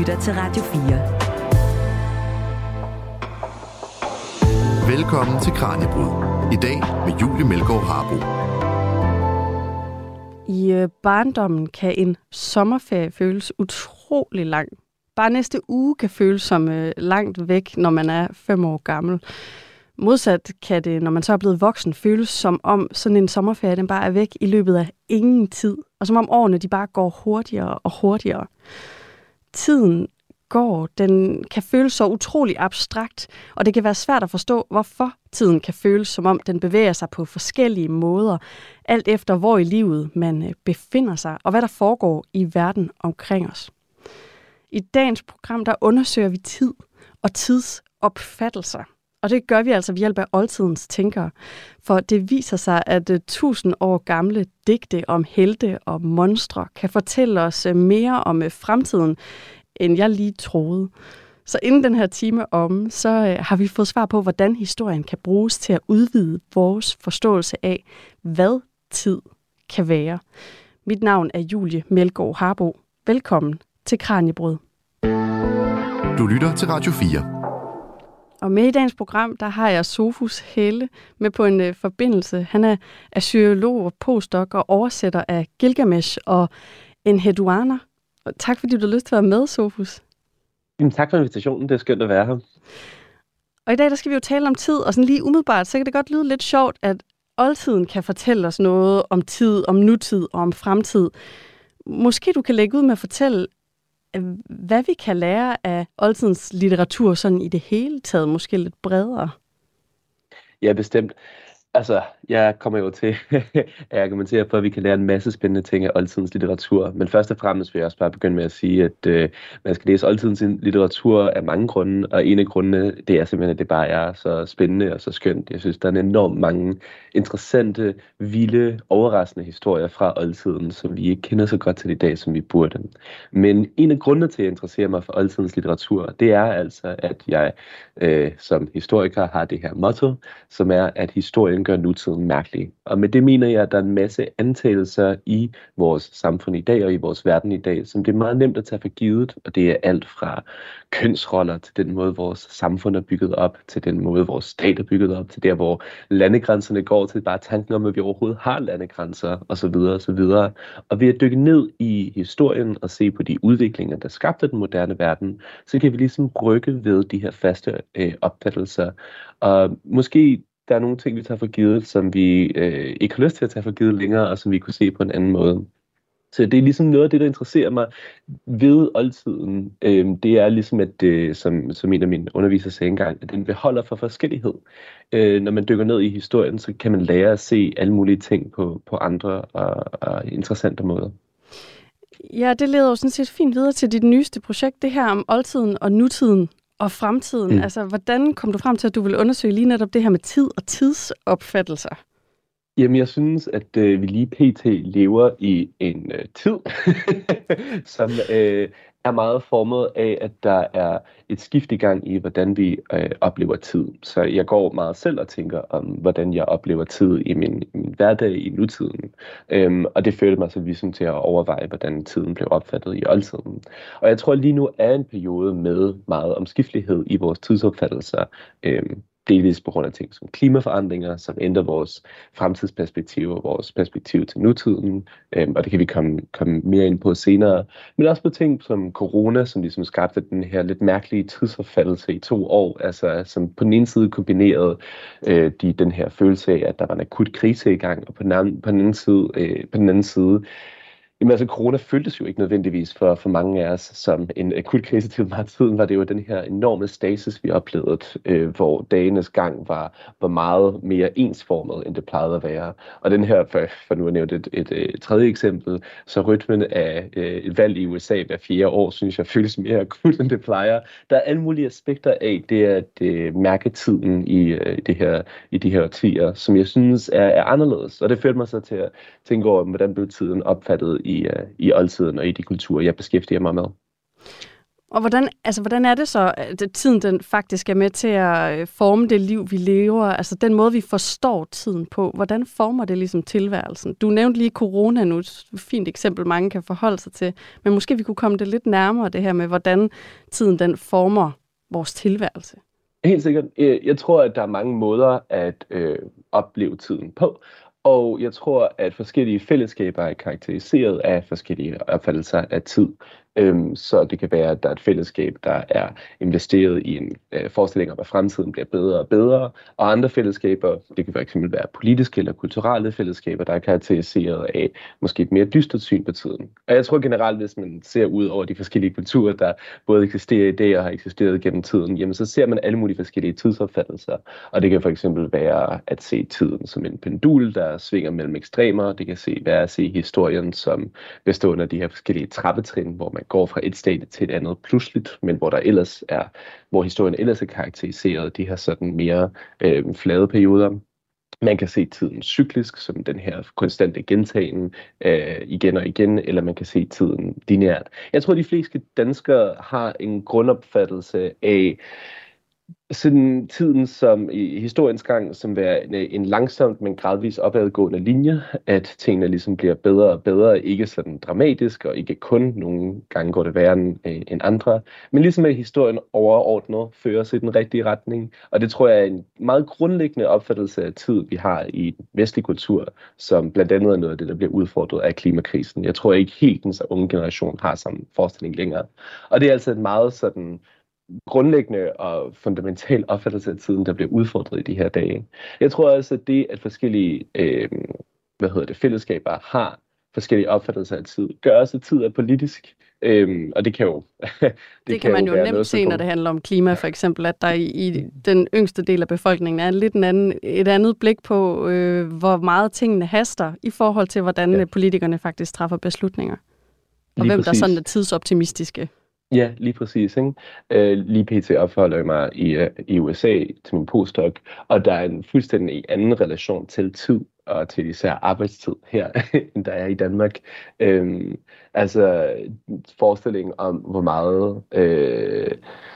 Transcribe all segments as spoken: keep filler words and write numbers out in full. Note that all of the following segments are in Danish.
lytter til Radio fire. Velkommen til Kraniebrud. I dag med Julie Melgaard Harbo. I øh, barndommen kan en sommerferie føles utrolig lang. Bare næste uge kan føles som øh, langt væk, når man er fem år gammel. Modsat kan det, når man så er blevet voksen, føles som om sådan en sommerferie den bare er væk i løbet af ingen tid. Og som om årene de bare går hurtigere og hurtigere. Tiden går, den kan føles så utrolig abstrakt, og det kan være svært at forstå, hvorfor tiden kan føles, som om den bevæger sig på forskellige måder, alt efter hvor i livet man befinder sig, og hvad der foregår i verden omkring os. I dagens program, der undersøger vi tid og tidsopfattelser, og det gør vi altså ved hjælp af oldtidens tænkere, for det viser sig, at uh, tusind år gamle digte om helte og monstre kan fortælle os uh, mere om uh, fremtiden, end jeg lige troede. Så inden den her time om, så øh, har vi fået svar på, hvordan historien kan bruges til at udvide vores forståelse af, hvad tid kan være. Mit navn er Julie Melgaard Harbo. Velkommen til Kraniebrud. Du lytter til Radio fire. Og med i dagens program, der har jeg Sofus Helle med på en øh, forbindelse. Han er assyriolog og postdoc og oversætter af Gilgamesh og Enheduanna. Tak fordi du har lyst til at være med, Sofus. Jamen, tak for invitationen. Det er skønt at være her. Og i dag der skal vi jo tale om tid, og sådan lige umiddelbart, så kan det godt lyde lidt sjovt, at oldtiden kan fortælle os noget om tid, om nutid og om fremtid. Måske du kan lægge ud med at fortælle, hvad vi kan lære af oldtidens litteratur sådan i det hele taget, måske lidt bredere. Ja, bestemt. Altså, jeg kommer jo til at argumentere for, at vi kan lære en masse spændende ting af oldtidens litteratur. Men først og fremmest vil jeg også bare begynde med at sige, at øh, man skal læse oldtidens litteratur af mange grunde. Og en af grundene, det er simpelthen, at det bare er så spændende og så skønt. Jeg synes, der er enormt mange interessante, vilde, overraskende historier fra oldtiden, som vi ikke kender så godt til i dag, som vi burde. Men en af grundene til at interessere mig for oldtidens litteratur, det er altså, at jeg øh, som historiker har det her motto, som er, at historien gør nutiden mærkelig. Og med det mener jeg, at der er en masse antagelser i vores samfund i dag og i vores verden i dag, som det er meget nemt at tage for givet. Og det er alt fra kønsroller til den måde, vores samfund er bygget op, til den måde, vores stat er bygget op, til der, hvor landegrænserne går, til bare tanken om, at vi overhovedet har landegrænser osv. osv. Og ved at dykke ned i historien og se på de udviklinger, der skabte den moderne verden, så kan vi ligesom rykke ved de her faste øh, opfattelser. Og måske der er nogle ting, vi tager for givet, som vi øh, ikke har lyst til at tage for givet længere, og som vi kunne se på en anden måde. Så det er ligesom noget af det, der interesserer mig ved oldtiden. Øh, det er ligesom, at øh, som, som en af mine undervisere sagde engang, at den beholder for forskellighed. Øh, når man dykker ned i historien, så kan man lære at se alle mulige ting på, på andre og, og interessante måder. Ja, det leder jo sådan set fint videre til dit nyeste projekt, det her om oldtiden og nutiden. Og fremtiden, mm. altså hvordan kom du frem til, at du ville undersøge lige netop det her med tid og tidsopfattelser? Jamen, jeg synes, at øh, vi lige pt. Lever i en øh, tid, som øh, er meget formet af, at der er et skift i gang i, hvordan vi øh, oplever tid. Så jeg går meget selv og tænker om, hvordan jeg oplever tid i min, min hverdag i nutiden. Øhm, og det førte mig så ligesom til at overveje, hvordan tiden blev opfattet i oldtiden. Og jeg tror lige nu er en periode med meget omskiftelighed i vores tidsopfattelser. Øhm, delvis på grund af ting som klimaforandringer, som ændrer vores fremtidsperspektiv og vores perspektiv til nutiden, øhm, og det kan vi komme, komme mere ind på senere. Men også på ting som corona, som ligesom skabte den her lidt mærkelige tidsopfattelse i to år, altså som på den ene side kombinerede øh, de, den her følelse af, at der var en akut krise i gang, og på den anden, på den anden side, øh, på den anden side Jamen altså, corona føltes jo ikke nødvendigvis for, for mange af os som en akut krise til meget tiden, var det jo den her enorme stasis, vi oplevede, øh, hvor dagenes gang var, var meget mere ensformet, end det plejede at være. Og den her, for, for nu at nævne et, et, et tredje eksempel, så rytmen af øh, et valg i U S A hver fjerde år, synes jeg, føles mere akut, end det plejer. Der er alle mulige aspekter af det at øh, mærke tiden i, øh, det her, i de her årtier, som jeg synes er, er anderledes. Og det førte mig så til at tænke over, hvordan blev tiden opfattet i, uh, i oldtiden og i de kulturer, jeg beskæftiger mig med. Og hvordan, altså, hvordan er det så, at tiden den faktisk er med til at forme det liv, vi lever? Altså den måde, vi forstår tiden på. Hvordan former det ligesom tilværelsen? Du nævnte lige corona nu, et fint eksempel, mange kan forholde sig til. Men måske vi kunne komme det lidt nærmere, det her med, hvordan tiden den former vores tilværelse. Helt sikkert. Jeg tror, at der er mange måder at øh, opleve tiden på. Og jeg tror, at forskellige fællesskaber er karakteriseret af forskellige opfattelser af tid. Øhm, så det kan være, at der er et fællesskab, der er investeret i en øh, forestilling om, at fremtiden bliver bedre og bedre. Og andre fællesskaber, det kan fx være politiske eller kulturelle fællesskaber, der er karakteriseret af måske et mere dystert syn på tiden. Og jeg tror generelt, hvis man ser ud over de forskellige kulturer, der både eksisterer i dag og har eksisteret gennem tiden, jamen så ser man alle mulige forskellige tidsopfattelser. Og det kan fx være at se tiden som en pendul, der svinger mellem ekstremer. Det kan se, være at se historien som bestående af de her forskellige trappetrin, hvor man går fra et stadie til et andet pludseligt, men hvor der ellers er, hvor historien ellers er karakteriseret de her sådan mere øh, flade perioder. Man kan se tiden cyklisk, som den her konstante gentagen øh, igen og igen, eller man kan se tiden lineært. Jeg tror, de fleste danskere har en grundopfattelse af sådan tiden som i historiens gang, som er en, en langsomt, men gradvis opadgående linje, at tingene ligesom bliver bedre og bedre, ikke sådan dramatisk, og ikke kun nogle gange går det værre end, end andre, men ligesom at historien overordnet fører sig i den rigtige retning, og det tror jeg er en meget grundlæggende opfattelse af tid, vi har i den vestlige kultur, som blandt andet er noget af det, der bliver udfordret af klimakrisen. Jeg tror ikke helt, den så unge generation har samme forestilling længere, og det er altså et meget sådan grundlæggende og fundamental opfattelse af tiden, der bliver udfordret i de her dage. Jeg tror altså, at det, at forskellige øh, hvad hedder det, fællesskaber har forskellige opfattelser af tid, gør også, at tid er politisk. Øhm, og det kan jo det, det kan, kan man jo, jo nemt noget, se, når det handler om klima, for eksempel, at der i, i den yngste del af befolkningen er lidt en anden, et andet blik på, øh, hvor meget tingene haster i forhold til, hvordan ja. politikerne faktisk træffer beslutninger. Og lige hvem præcis. Der sådan er tidsoptimistiske. Ja, lige præcis. Ikke? Øh, lige pt. Opholder jeg mig i, uh, i U S A til min postdoc, og der er en fuldstændig anden relation til tid og til især arbejdstid her, end der er i Danmark. Øhm, altså forestillingen om, hvor meget, øh,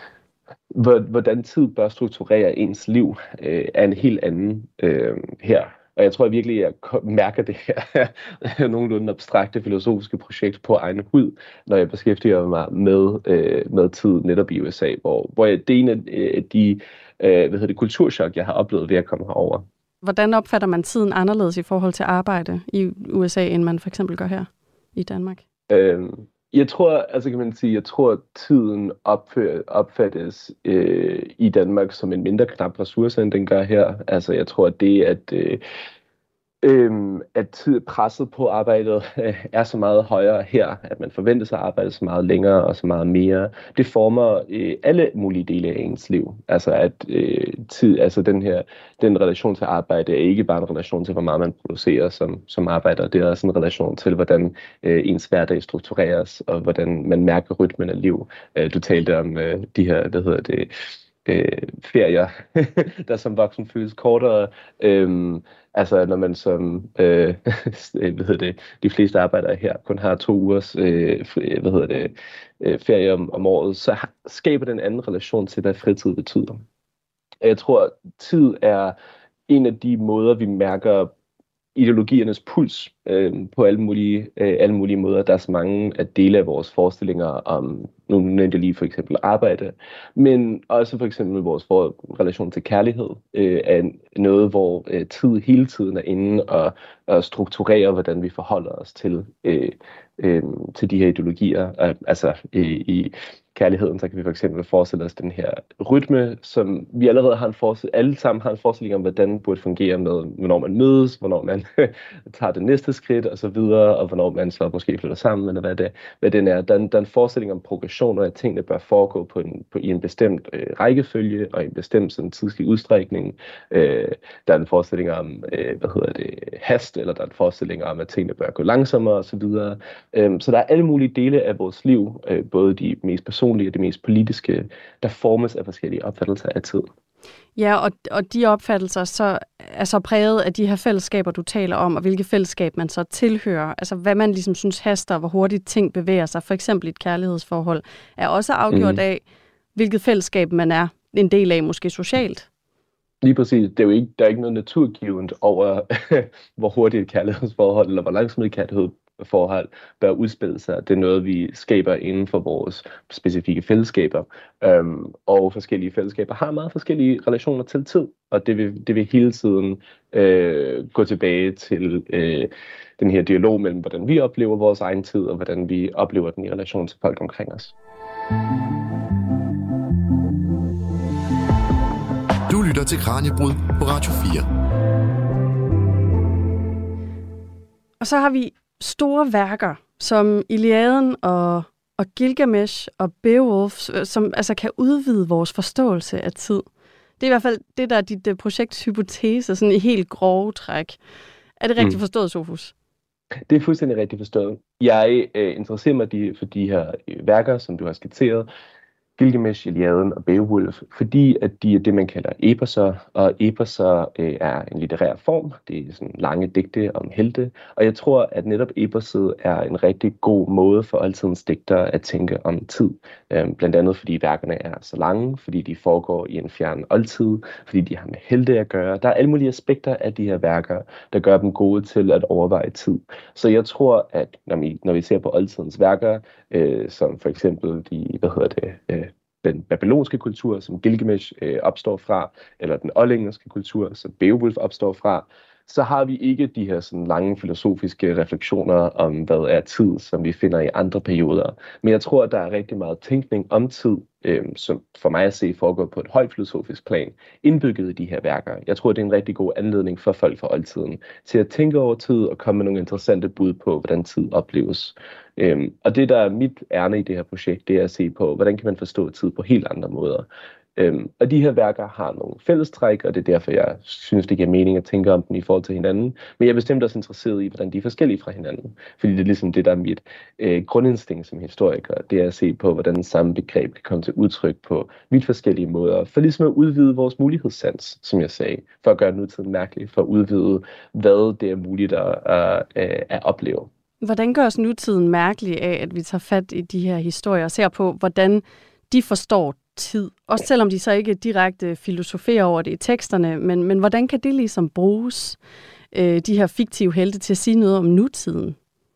hvordan tid bør strukturere ens liv, øh, er en helt anden øh, her. Og jeg tror jeg virkelig, at jeg mærker det her nogenlunde abstrakte filosofiske projekt på egen hud, når jeg beskæftiger mig med, øh, med tid netop i U S A, hvor, hvor jeg, det er en af de øh, hvad hedder det, kulturschok, jeg har oplevet ved at komme herover. Hvordan opfatter man tiden anderledes i forhold til arbejde i U S A, end man for eksempel gør her i Danmark? Øhm, jeg tror, altså kan man sige, jeg tror, at tiden opfør, opfattes øh, i Danmark som en mindre knap ressource, end den gør her. Altså jeg tror, at det, at øh, Øhm, at tid, presset på arbejdet øh, er så meget højere her, at man forventer sig at arbejde så meget længere og så meget mere. Det former øh, alle mulige dele af ens liv. Altså at øh, tid, altså den her, den relation til arbejde er ikke bare en relation til, hvor meget man producerer som, som arbejder. Det er også en relation til, hvordan øh, ens hverdag struktureres, og hvordan man mærker rytmen af liv. Øh, du talte om øh, de her, hvad hedder det, øh, ferier, der som voksen føles kortere. Øhm, Altså når man som øh, hvad hedder det, de fleste arbejdere her kun har to ugers øh, hvad hedder det, øh, ferie om, om året, så skaber den anden relation til, hvad fritid betyder. Jeg tror, at tid er en af de måder, vi mærker ideologiernes puls øh, på alle mulige, øh, alle mulige måder. Der er så mange af dele af vores forestillinger om, nu nævnte jeg lige for eksempel arbejde, men også for eksempel vores for, relation til kærlighed øh, er noget, hvor øh, tid hele tiden er inde og, og strukturerer, hvordan vi forholder os til, øh, øh, til de her ideologier. Øh, altså øh, i kærligheden, så kan vi for eksempel forestille os den her rytme, som vi allerede har en forestilling, alle sammen har en forestilling om, hvordan det burde fungere med, hvornår man mødes, hvornår man tager det næste skridt og så videre, og hvornår man så måske flytter sammen, eller hvad det, hvad det er. Der, der er en forestilling om progression, og at tingene bør foregå på en, på, i en bestemt øh, rækkefølge, og i en bestemt sådan, tidslig udstrækning. Øh, der er en forestilling om, øh, hvad hedder det, hast, eller der er en forestilling om, at tingene bør gå langsommere, og så videre. Øh, så der er alle mulige dele af vores liv, øh, både de mest personlige og de mest politiske, der formes af forskellige opfattelser af tid. Ja, og, og de opfattelser så er så præget af de her fællesskaber, du taler om, og hvilke fællesskab man så tilhører. Altså hvad man ligesom synes haster, hvor hurtigt ting bevæger sig. For eksempel et kærlighedsforhold er også afgjort mm. af, hvilket fællesskab man er en del af, måske socialt. Lige præcis. Det er jo ikke, der er ikke noget naturgivent over, hvor hurtigt et kærlighedsforhold, eller hvor langsomt et kærlighedsforhold bør udspille sig. Det er noget, vi skaber inden for vores specifikke fællesskaber. Øhm, og forskellige fællesskaber har meget forskellige relationer til tid, og det vil, det vil hele tiden øh, gå tilbage til øh, den her dialog mellem, hvordan vi oplever vores egen tid, og hvordan vi oplever den i relation til folk omkring os. Du lytter til Kraniebrud på Radio fire. Og så har vi store værker, som Iliaden og, og Gilgamesh og Beowulf, som altså kan udvide vores forståelse af tid. Det er i hvert fald det, der er dit uh, projekts hypotese, sådan i helt grove træk. Er det rigtigt mm. forstået, Sofus? Det er fuldstændig rigtigt forstået. Jeg øh, interesserer mig de, for de her øh, værker, som du har skitseret, Gilgamesh, Iliaden og Beowulf, fordi at de er det, man kalder eposser, og eposser øh, er en litterær form. Det er sådan lange digte om helte, og jeg tror, at netop eposset er en rigtig god måde for oldtidens digtere at tænke om tid. Øhm, blandt andet fordi værkerne er så lange, fordi de foregår i en fjern oldtid, fordi de har med helte at gøre. Der er alle mulige aspekter af de her værker, der gør dem gode til at overveje tid. Så jeg tror, at når vi, når vi ser på oldtidens værker, øh, som for eksempel de, hvad hedder det, øh, den babylonske kultur, som Gilgamesh øh, opstår fra, eller den oldengerske kultur, som Beowulf opstår fra, så har vi ikke de her sådan lange filosofiske refleksioner om, hvad er tid, som vi finder i andre perioder. Men jeg tror, at der er rigtig meget tænkning om tid, øh, som for mig at se foregår på et højt filosofisk plan, indbygget i de her værker. Jeg tror, det er en rigtig god anledning for folk fra oldtiden til at tænke over tid og komme med nogle interessante bud på, hvordan tid opleves. Øhm, og det, der er mit ærne i det her projekt, det er at se på, hvordan kan man forstå tid på helt andre måder. Øhm, og de her værker har nogle fællestræk, og det er derfor, jeg synes, det giver mening at tænke om dem i forhold til hinanden. Men jeg er bestemt også interesseret i, hvordan de er forskellige fra hinanden. Fordi det er ligesom det, der er mit øh, grundinstinkt som historiker. Det er at se på, hvordan samme begreb kan komme til udtryk på vidt forskellige måder. For ligesom at udvide vores mulighedssans, som jeg sagde. For at gøre nutiden mærkelig. For at udvide, hvad det er muligt at, at, at, at opleve. Hvordan gør os nutiden mærkelig af, at vi tager fat i de her historier og ser på, hvordan de forstår tid? Også selvom de så ikke direkte filosoferer over det i teksterne, men, men hvordan kan det ligesom bruges, øh, de her fiktive helte, til at sige noget om nutiden?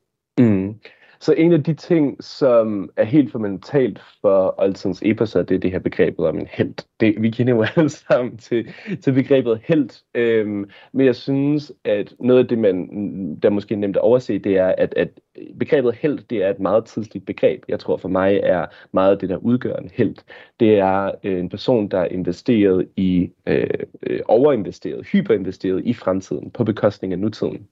Mm. Så en af de ting, som er helt fundamentalt for oldtidens eposser, det er det her begrebet om en helt. Det, vi kender jo alle sammen til, til begrebet helt, øhm, men jeg synes, at noget af det, man, der måske er nemt at overse, det er, at, at begrebet helt, det er et meget tidsligt begreb. Jeg tror for mig er meget af det, der udgør en helt. Det er øh, en person, der er investeret i, øh, overinvesteret, hyperinvesteret i fremtiden på bekostning af nutiden.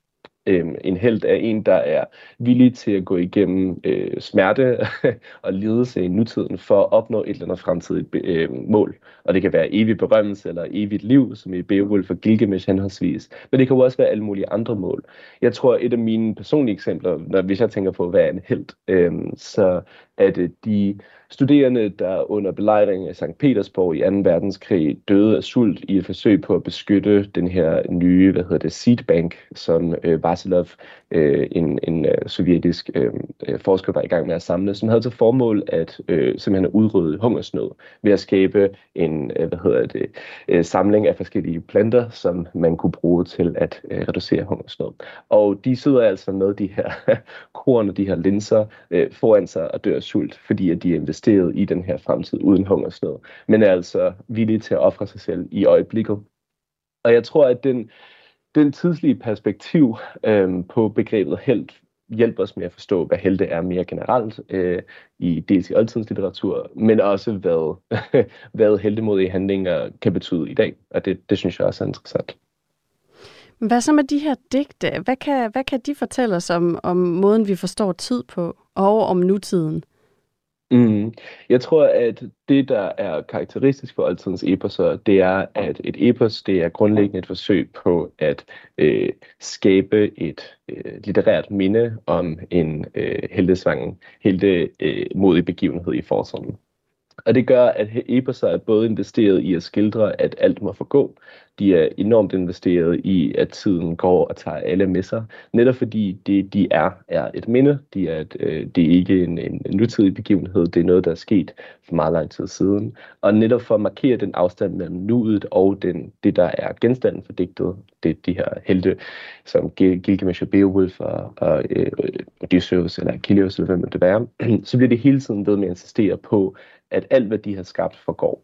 Øhm, en helt er en, der er villig til at gå igennem øh, smerte og lidelse i nutiden for at opnå et eller andet fremtidigt øh, mål. Og det kan være evig berømmelse eller evigt liv, som i Beowulf og Gilgamesh henholdsvis. Men det kan jo også være alle mulige andre mål. Jeg tror, et af mine personlige eksempler, når, hvis jeg tænker på, hvad er en helt, øh, så er det de studerende, der under belejringen af Sankt Petersborg i anden verdenskrig døde af sult i et forsøg på at beskytte den her nye, hvad hedder det, seedbank, som øh, Vasilov, øh, en, en øh, sovjetisk øh, forsker, var i gang med at samle, som havde til formål at øh, simpelthen at udrydde hungersnød ved at skabe en, øh, hvad hedder det, øh, samling af forskellige planter, som man kunne bruge til at øh, reducere hungersnød. Og de sidder altså med de her korn og de her linser øh, foran sig og dør af sult, fordi at de er investeret i den her fremtid uden hungersnød, men er altså villige til at ofre sig selv i øjeblikket. Og jeg tror, at den, den tidslige perspektiv øh, på begrebet helt hjælper os med at forstå, hvad helte er mere generelt, øh, i dels i oldtidens litteratur, men også hvad, hvad heltemodige handlinger kan betyde i dag. Og det, det synes jeg også er interessant. Hvad så med de her digte? Hvad kan, hvad kan de fortælle os om, om måden, vi forstår tid på, og om nutiden? Mm. Jeg tror, at det, der er karakteristisk for oldtidens eposser, det er, at et epos, det er grundlæggende et forsøg på at øh, skabe et øh, litterært minde om en øh, heltesvang, heltemodig øh, begivenhed i fortiden. Og det gør, at eposser er både investeret i at skildre, at alt må forgå. De er enormt investeret i, at tiden går og tager alle med sig. Netop fordi det, de er, er et minde. De er et, øh, det er ikke en, en nutidig begivenhed. Det er noget, der er sket for meget lang tid siden. Og netop for at markere den afstand mellem nuet og den, det, der er genstanden for digtet, det er de her helte, som Gilgamesh og Beowulf og, og øh, Odysseus eller Achilles, eller hvem det være, så bliver det hele tiden ved med at insistere på, at alt, hvad de har skabt, forgår.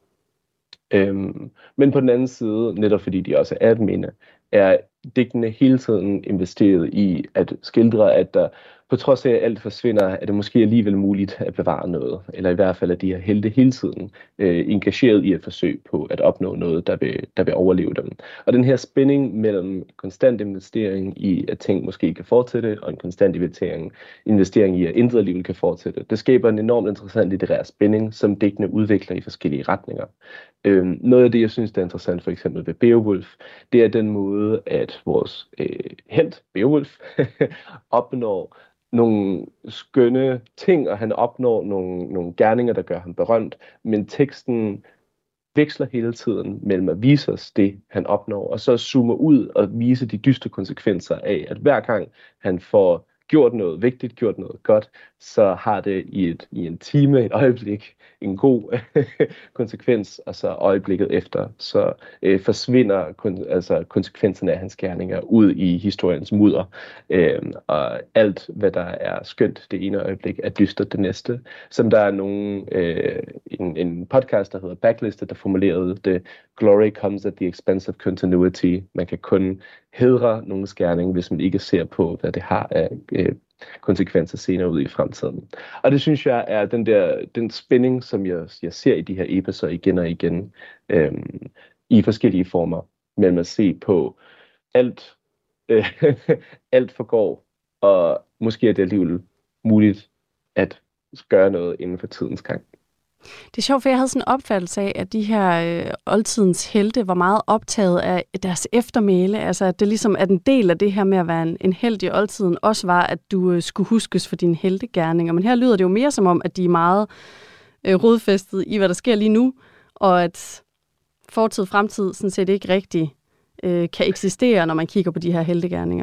Øhm, men på den anden side, netop fordi de også er et minde, er digtene hele tiden investeret i at skildre, at der på trods af, at alt forsvinder, er det måske alligevel muligt at bevare noget. Eller i hvert fald, at de har helte hele tiden øh, engageret i et forsøg på at opnå noget, der vil, der vil overleve dem. Og den her spænding mellem konstant investering i, at ting måske kan fortsætte, og en konstant investering, investering i, at intet liv kan fortsætte, det skaber en enormt interessant litterær spænding, som digtene udvikler i forskellige retninger. Øhm, noget af det, jeg synes, der er interessant for eksempel ved Beowulf, det er den måde, at vores øh, helt, Beowulf, opnår nogle skønne ting, og han opnår nogle, nogle gerninger, der gør ham berømt, men teksten veksler hele tiden mellem at vise os det, han opnår, og så zoomer ud og vise de dystre konsekvenser af, at hver gang han får gjort noget vigtigt, gjort noget godt, så har det i, et, i en time, et øjeblik, en god konsekvens, og så øjeblikket efter, så øh, forsvinder kun, altså konsekvenserne af hans gerninger ud i historiens mudder. Øh, og alt, hvad der er skønt det ene øjeblik, er dystert det næste. Som der er nogen, øh, en, en podcast, der hedder Backlisted, der formulerede det, glory comes at the expense of continuity. Man kan kun hædre nogens gerning, hvis man ikke ser på, hvad det har af øh, konsekvenser senere ud i fremtiden. Og det synes jeg er den der den spænding, som jeg, jeg ser i de her episser igen og igen, øhm, i forskellige former, mellem at se på alt, øh, alt forgår, og måske er det alligevel muligt at gøre noget inden for tidens gang. Det er sjovt, for jeg havde sådan en opfattelse af, at de her øh, oldtidens helte var meget optaget af deres eftermæle. Altså, at det ligesom at en del af det her med at være en, en helt i oldtiden også var, at du øh, skulle huskes for dine heltegerninger. Men her lyder det jo mere som om, at de er meget øh, rodfæstet i, hvad der sker lige nu, og at fortid og fremtid sådan set ikke rigtig øh, kan eksistere, når man kigger på de her heltegerninger.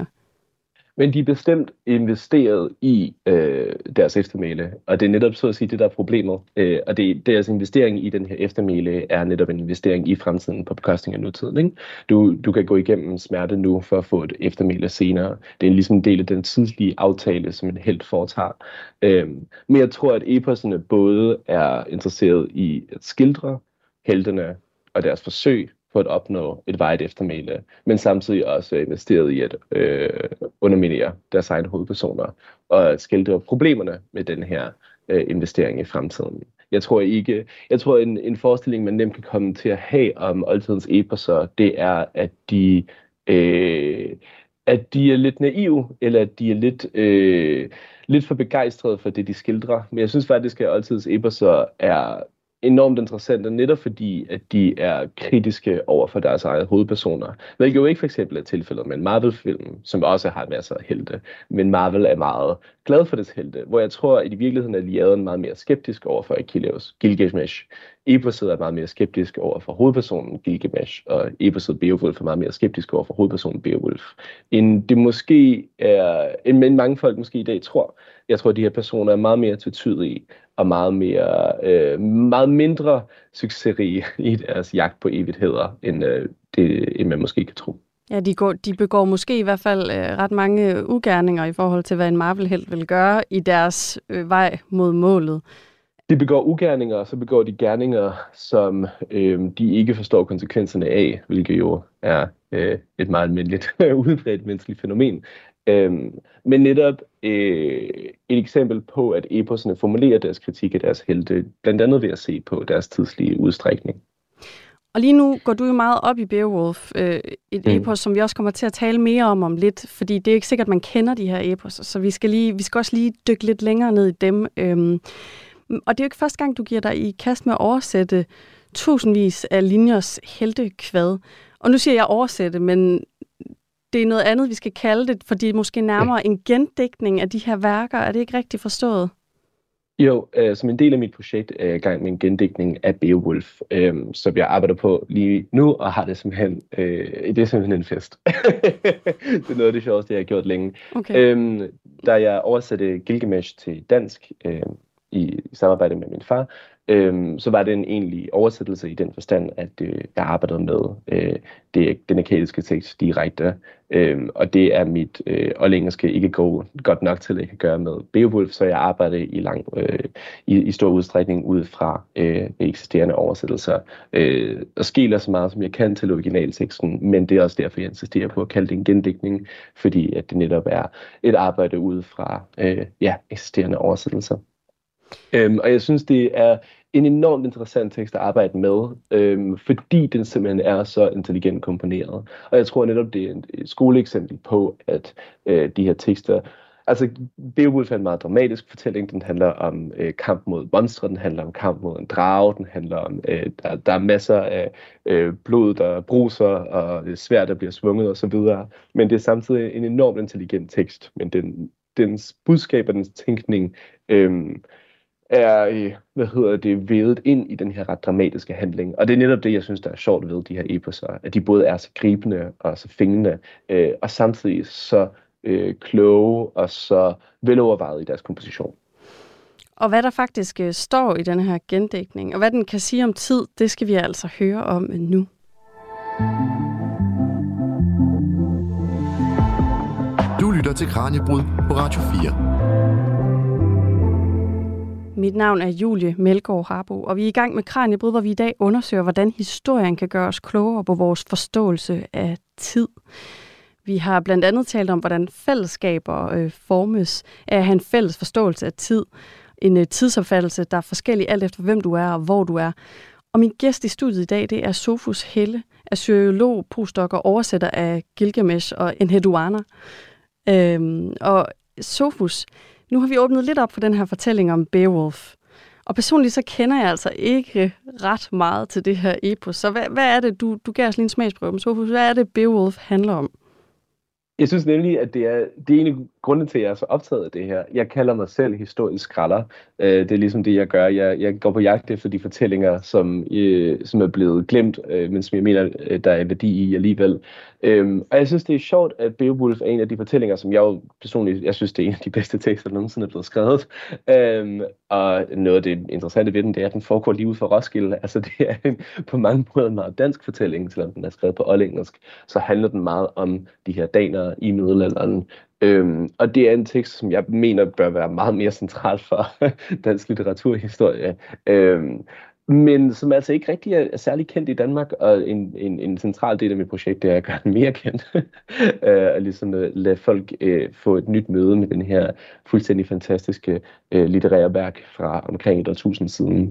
Men de er bestemt investeret i øh, deres eftermæle, og det er netop så at sige det, der er problemet. Øh, og det, deres investering i den her eftermæle er netop en investering i fremtiden på bekostning af nutiden. Ikke? Du, du kan gå igennem smerte nu for at få et eftermæle senere. Det er ligesom en del af den tidslige aftale, som en helt foretager. Øh, men jeg tror, at eposserne både er interesseret i at skildre heltene og deres forsøg på at opnå et varigt eftermæle, men samtidig også investeret i at øh, underminere deres egne hovedpersoner og skildre problemerne med den her øh, investering i fremtiden. Jeg tror ikke, jeg tror en, en forestilling, man nemt kan komme til at have om oldtidens eposser, det er, at de, øh, at de er lidt naive, eller at de er lidt, øh, lidt for begejstrede for det, de skildrer. Men jeg synes faktisk, at oldtidens eposser er enormt interessante, netop fordi, at de er kritiske over for deres egne hovedpersoner. Hvilket jo ikke for eksempel er tilfældet med en Marvel-film, som også har masser af helte. Men Marvel er meget glad for dets helte, hvor jeg tror, at i virkeligheden er Iliaden meget mere skeptisk over for Achilles, Gilgamesh. Eposset er meget mere skeptisk over for hovedpersonen Gilgamesh, og eposset Beowulf er meget mere skeptisk over for hovedpersonen Beowulf. End det måske er, end mange folk måske i dag tror. Jeg tror, at de her personer er meget mere tvetydige og meget, mere, øh, meget mindre succesrige i deres jagt på evigheder, end, øh, det, end man måske kan tro. Ja, de, går, de begår måske i hvert fald øh, ret mange ugerninger i forhold til, hvad en Marvel-helt vil gøre i deres øh, vej mod målet. De begår ugerninger, og så begår de gerninger, som øh, de ikke forstår konsekvenserne af, hvilket jo er øh, et meget almindeligt udbredt menneskeligt fænomen. Øhm, men netop øh, et eksempel på, at eposserne formulerer deres kritik af deres helte, blandt andet ved at se på deres tidslige udstrækning. Og lige nu går du jo meget op i Beowulf, øh, et mm. epos, som vi også kommer til at tale mere om om lidt, fordi det er ikke sikkert, at man kender de her eposser, så vi skal, lige, vi skal også lige dykke lidt længere ned i dem. Øhm, og det er jo ikke første gang, du giver dig i kast med at oversætte tusindvis af linjers heltekvad. Og nu siger jeg oversætte, men det er noget andet, vi skal kalde det, fordi det er måske nærmere en gendækning af de her værker. Er det ikke rigtigt forstået? Jo, øh, som en del af mit projekt er jeg i gang med en gendigtning af Beowulf, øh, som jeg arbejder på lige nu, og har det simpelthen, øh, det er simpelthen en fest. Det er noget af det sjoveste, jeg har gjort længe. Okay. Øh, da jeg oversatte Gilgamesh til dansk øh, i, i samarbejde med min far, øh, så var det en egentlig oversættelse i den forstand, at øh, jeg arbejdede med øh, det, den akkadiske tekst direkte. Øhm, og det er mit øh, oldengelske ikke gå godt nok til, at jeg kan gøre med Beowulf, så jeg arbejder i, lang, øh, i, i stor udstrækning ud fra øh, eksisterende oversættelser øh, og skiller så meget, som jeg kan til originalteksten, men det er også derfor, jeg insisterer på at kalde det en gendigtning, fordi at det netop er et arbejde ud fra øh, ja, eksisterende oversættelser. Øhm, og jeg synes, det er en enormt interessant tekst at arbejde med, øhm, fordi den simpelthen er så intelligent komponeret. Og jeg tror netop, det er et skoleeksempel på, at øh, de her tekster... Altså, Beowulf er en meget dramatisk fortælling. Den handler om øh, kamp mod monstre, den handler om kamp mod en drage, den handler om, øh, der, der er masser af øh, blod, der bruser, og det er svært, der bliver svunget osv. Men det er samtidig en enormt intelligent tekst. Men den, dens budskab og dens tænkning... Øh, er, hvad hedder det, vævet ind i den her ret dramatiske handling. Og det er netop det, jeg synes, der er sjovt ved de her eposser, at de både er så gribende og så fængende, øh, og samtidig så øh, kloge og så velovervejet i deres komposition. Og hvad der faktisk øh, står i den her gendigtning, og hvad den kan sige om tid, det skal vi altså høre om nu. Du lytter til Kraniebrud på Radio fire. Mit navn er Julie Melgaard Harbo, og vi er i gang med Kraniebrud, hvor vi i dag undersøger, hvordan historien kan gøre os klogere på vores forståelse af tid. Vi har blandt andet talt om, hvordan fællesskaber øh, formes af at have en fælles forståelse af tid. En øh, tidsopfattelse, der er forskellig alt efter, hvem du er og hvor du er. Og min gæst i studiet i dag, det er Sophus Helle, assyriolog, postdoc og oversætter af Gilgamesh og Enheduanna. Øhm, og Sophus, nu har vi åbnet lidt op for den her fortælling om Beowulf. Og personligt så kender jeg altså ikke ret meget til det her epos. Så hvad, hvad er det, du, du gav os lige en smagsprøve om, Sophus? Hvad er det, Beowulf handler om? Jeg synes nemlig, at det er, det er en af grundene til, at jeg er så optaget af det her. Jeg kalder mig selv historisk skralder. Det er ligesom det, jeg gør. Jeg, jeg går på jagt efter de fortællinger, som, øh, som er blevet glemt, øh, men som jeg mener, der er værdi i alligevel. Øhm, og jeg synes, det er sjovt, at Beowulf er en af de fortællinger, som jeg jo personligt, jeg synes, det er en af de bedste tekster, der nogensinde er blevet skrevet. Øhm, og noget af det interessante ved den, det er, at den foregår lige ud for Roskilde. Altså, det er en, på mange måder en meget dansk fortælling, selvom den er skrevet på oldengelsk. Så handler den meget om de her daner i middelalderen. Øhm, og det er en tekst, som jeg mener bør være meget mere central for dansk litteraturhistorie. Øhm, men som altså ikke rigtig er, er særlig kendt i Danmark, og en, en, en central del af mit projekt, det er at gøre den mere kendt. øh, og ligesom at lade folk øh, få et nyt møde med den her fuldstændig fantastiske øh, litterære værk fra omkring et årtusind siden.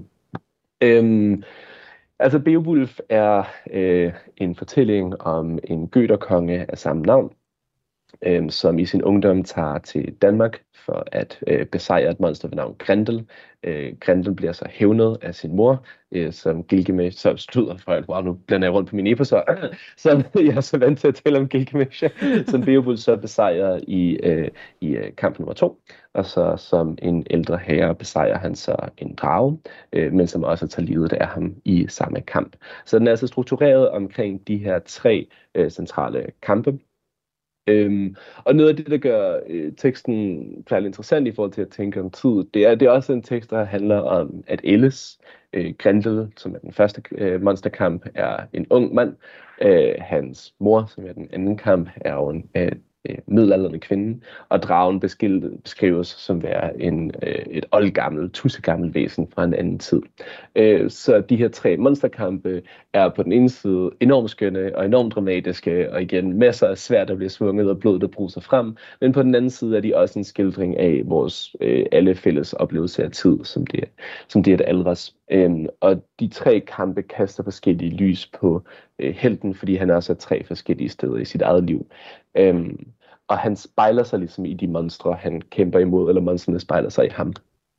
Øhm, altså Beowulf er øh, en fortælling om en gøterkonge af samme navn, Øhm, som i sin ungdom tager til Danmark for at øh, besejre et monster ved navn Grendel. Øh, Grendel bliver så hævnet af sin mor, øh, som Gilgamesh, så støder for alt, wow, nu blander jeg rundt på mine eposer, som jeg er så vant til at tale om Gilgamesh, som Beowulf så besejrer i, øh, i øh, kamp nummer to, og så som en ældre herre besejrer han så en drage, øh, men som også tager livet af ham i samme kamp. Så den er altså struktureret omkring de her tre øh, centrale kampe. Øhm, og noget af det, der gør øh, teksten særlig interessant i forhold til at tænke om tid, det er, det er også en tekst, der handler om, at Elles, øh, Grendel, som er den første øh, monsterkamp, er en ung mand. Øh, hans mor, som er den anden kamp, er jo en øh, middelaldrende kvinde, og dragen beskrives som være en, øh, et oldgammel, tussegammel væsen fra en anden tid. Øh, så de her tre monsterkampe er på den ene side enormt skønne og enormt dramatiske, og igen masser af sværd, der bliver svunget, og blod, der bruser frem, men på den anden side er de også en skildring af vores øh, alle fælles oplevelse af tid, som det, som det er et aldres. Øh, og de tre kampe kaster forskellige lys på øh, helten, fordi han også er tre forskellige steder i sit eget liv. Øh, Og han spejler sig ligesom i de monstre, han kæmper imod, eller monstrene spejler sig i ham.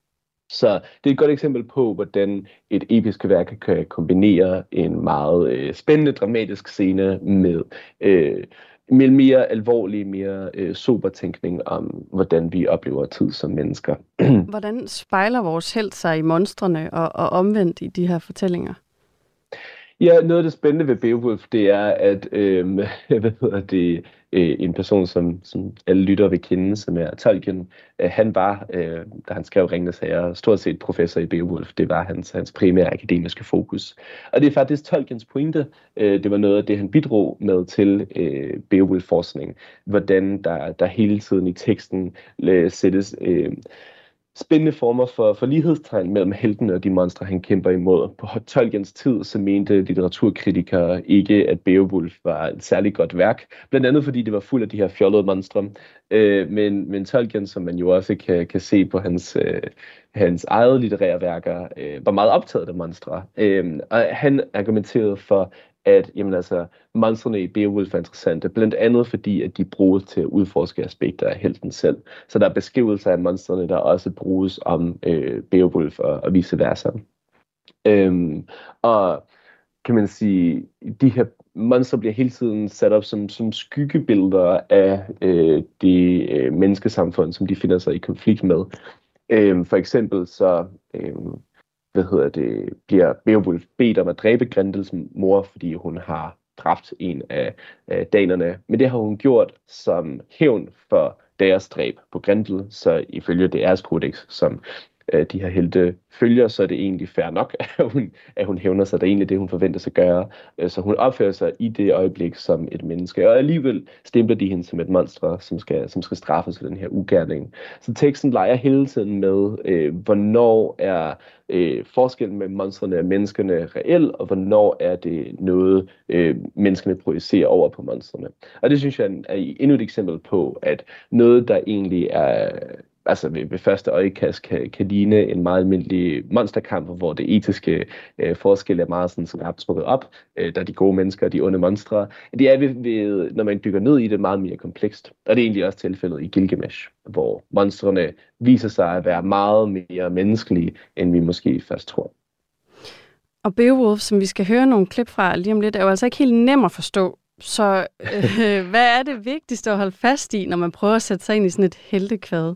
Så det er et godt eksempel på, hvordan et episk værk kan kombinere en meget øh, spændende, dramatisk scene med øh, med mere alvorlig, mere øh, sober tænkning om, hvordan vi oplever tid som mennesker. Hvordan spejler vores helt sig i monstrene og, og omvendt i de her fortællinger? Ja, noget af det spændende ved Beowulf, det er, at øh, hvad hedder det, øh, en person, som, som alle lyttere vil kende, som er Tolkien, øh, han var, øh, da han skrev Ringenes Herre, stort set professor i Beowulf. Det var hans, hans primære akademiske fokus. Og det er faktisk Tolkiens pointe. Øh, det var noget af det, han bidrog med til øh, Beowulf-forskning. Hvordan der, der hele tiden i teksten øh, sættes Øh, spændende former for, for lighedstegn mellem heltene og de monstre, han kæmper imod. På Tolkiens tid, så mente litteraturkritikere ikke, at Beowulf var et særligt godt værk. Blandt andet fordi det var fuld af de her fjollede monstre. Øh, men, men Tolkien, som man jo også kan, kan se på hans, øh, hans eget litterære værker, øh, var meget optaget af monstre. Øh, og han argumenterede for, at jamen altså, monstrene i Beowulf er interessante, blandt andet fordi, at de bruges til at udforske aspekter af helten selv. Så der er beskrivelser af monstrene, der også bruges om øh, Beowulf og, og vice versa. Øhm, og kan man sige, de her monstre bliver hele tiden sat op som, som skyggebilleder af øh, det øh, menneskesamfund, som de finder sig i konflikt med. Øhm, for eksempel så Øh, hvad hedder det, bliver Beowulf bedt om at dræbe Grendels mor, fordi hun har dræbt en af, af danerne. Men det har hun gjort som hævn for deres dræb på Grendel, så ifølge det æreskodex, som øh, de her helte følger, så er det egentlig fair nok, at hun, at hun hævner sig. Det er egentlig det, hun forventer sig at gøre. Så hun opfører sig i det øjeblik som et menneske, og alligevel stempler de hende som et monster, som skal, som skal straffes for den her ugerning. Så teksten leger hele tiden med, øh, hvornår er øh, forskellen mellem monstrene og menneskerne reel, og hvornår er det noget, øh, menneskene projicerer over på monstrene. Og det synes jeg er endnu et eksempel på, at noget, der egentlig er altså ved, ved første øjekast kan, kan ligne en meget almindelig monsterkamp, hvor det etiske øh, forskel er meget sådan skarpt trukket op, øh, der er de gode mennesker og de onde monstre. Det er, ved, ved, når man dykker ned i det, meget mere komplekst. Og det er egentlig også tilfældet i Gilgamesh, hvor monstrene viser sig at være meget mere menneskelige, end vi måske først tror. Og Beowulf, som vi skal høre nogle klip fra lige om lidt, er jo altså ikke helt nem at forstå. Så øh, hvad er det vigtigste at holde fast i, når man prøver at sætte sig ind i sådan et heltekvad?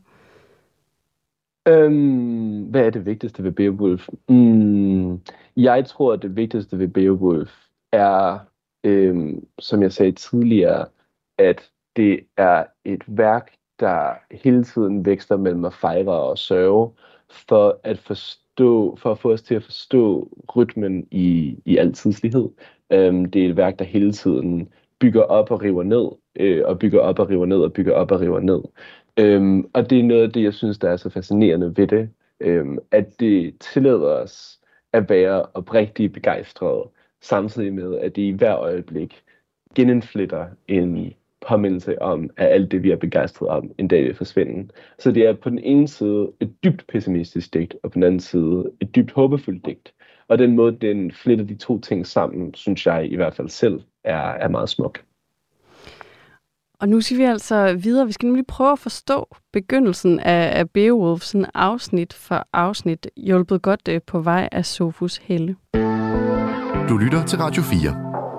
Øhm, hvad er det vigtigste ved Beowulf? Mm, jeg tror, at det vigtigste ved Beowulf er, øhm, som jeg sagde tidligere, at det er et værk, der hele tiden vækster mellem at fejre og sørge, for at forstå, for at få os til at forstå rytmen i, i al tidslighed. Øhm, det er et værk, der hele tiden bygger op og river ned, øh, og bygger op og river ned, og bygger op og river ned. Øhm, og det er noget af det, jeg synes, der er så fascinerende ved det, øhm, at det tillader os at være oprigtigt begejstrede, samtidig med, at det i hver øjeblik genindfletter en påmindelse om, at alt det, vi er begejstret om, en dag vil forsvinde. Så det er på den ene side et dybt pessimistisk digt, og på den anden side et dybt håbefuldt digt. Og den måde, den fletter de to ting sammen, synes jeg i hvert fald selv er, er meget smuk. Og nu skal vi altså videre. Vi skal nemlig prøve at forstå begyndelsen af, af Beowulf, sådan afsnit for afsnit, hjulpet godt øh, på vej af Sofus Helle. Du lytter til Radio fire.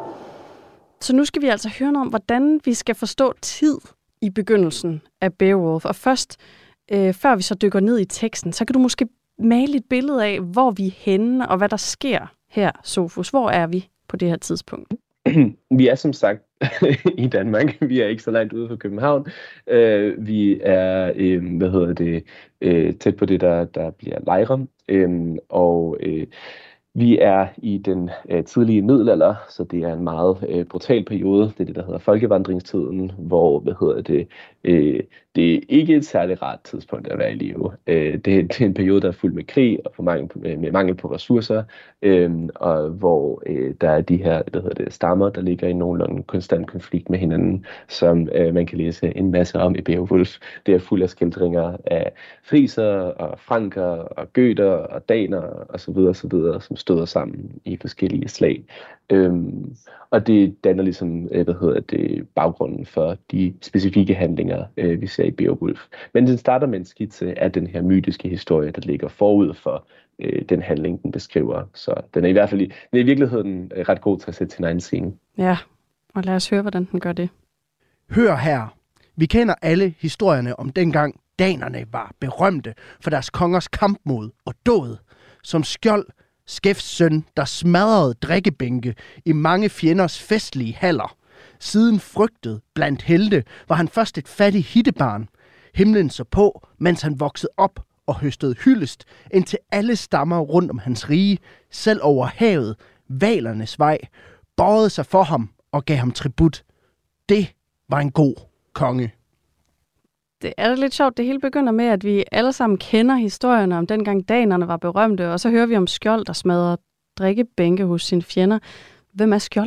Så nu skal vi altså høre noget om, hvordan vi skal forstå tid i begyndelsen af Beowulf. Og først, øh, før vi så dykker ned i teksten, så kan du måske male et billede af, hvor vi er henne, og hvad der sker her, Sofus. Hvor er vi på det her tidspunkt? Vi er som sagt i Danmark. Vi er ikke så langt ude fra København. Uh, vi er, uh, hvad hedder det, uh, tæt på det, der, der bliver Lejre. Uh, og uh, vi er i den uh, tidlige middelalder, så det er en meget uh, brutal periode. Det er det, der hedder folkevandringstiden, hvor, hvad hedder det, uh, det er ikke et særligt rart tidspunkt at være i live. Uh, det, det er en periode, der er fuld med krig og for mangel, med, med mangel på ressourcer, uh, og hvor uh, der er de her, hvad hedder det, stammer, der ligger i nogenlunde konstant konflikt med hinanden, som uh, man kan læse en masse om i Beowulf. Det er fuld af skildringer af friser og franker og gøter og daner og så videre, så videre, som støder sammen i forskellige slag. Øhm, og det danner ligesom, hvad hedder det, baggrunden for de specifikke handlinger, øh, vi ser i Beowulf. Men den starter med en skitse af den her mytiske historie, der ligger forud for øh, den handling, den beskriver. Så den er i hvert fald i, den er i virkeligheden ret god til at sætte sin egen scene. Ja, og lad os høre, hvordan den gør det. Hør her. Vi kender alle historierne om dengang danerne var berømte for deres kongers kampmod og dåd. Som Skjold, Skefs søn, der smadrede drikkebænke i mange fjenders festlige haller. Siden frygtet blandt helte var han først et fattigt hittebarn. Himlen så på, mens han voksede op og høstede hyldest, indtil alle stammer rundt om hans rige, selv over havet, valernes vej, bøjede sig for ham og gav ham tribut. Det var en god konge. Det er da lidt sjovt. Det hele begynder med, at vi alle sammen kender historierne om dengang danerne var berømte, og så hører vi om Skjold, der smadrer drikkebænke hos sine fjender. Hvem er Skjold?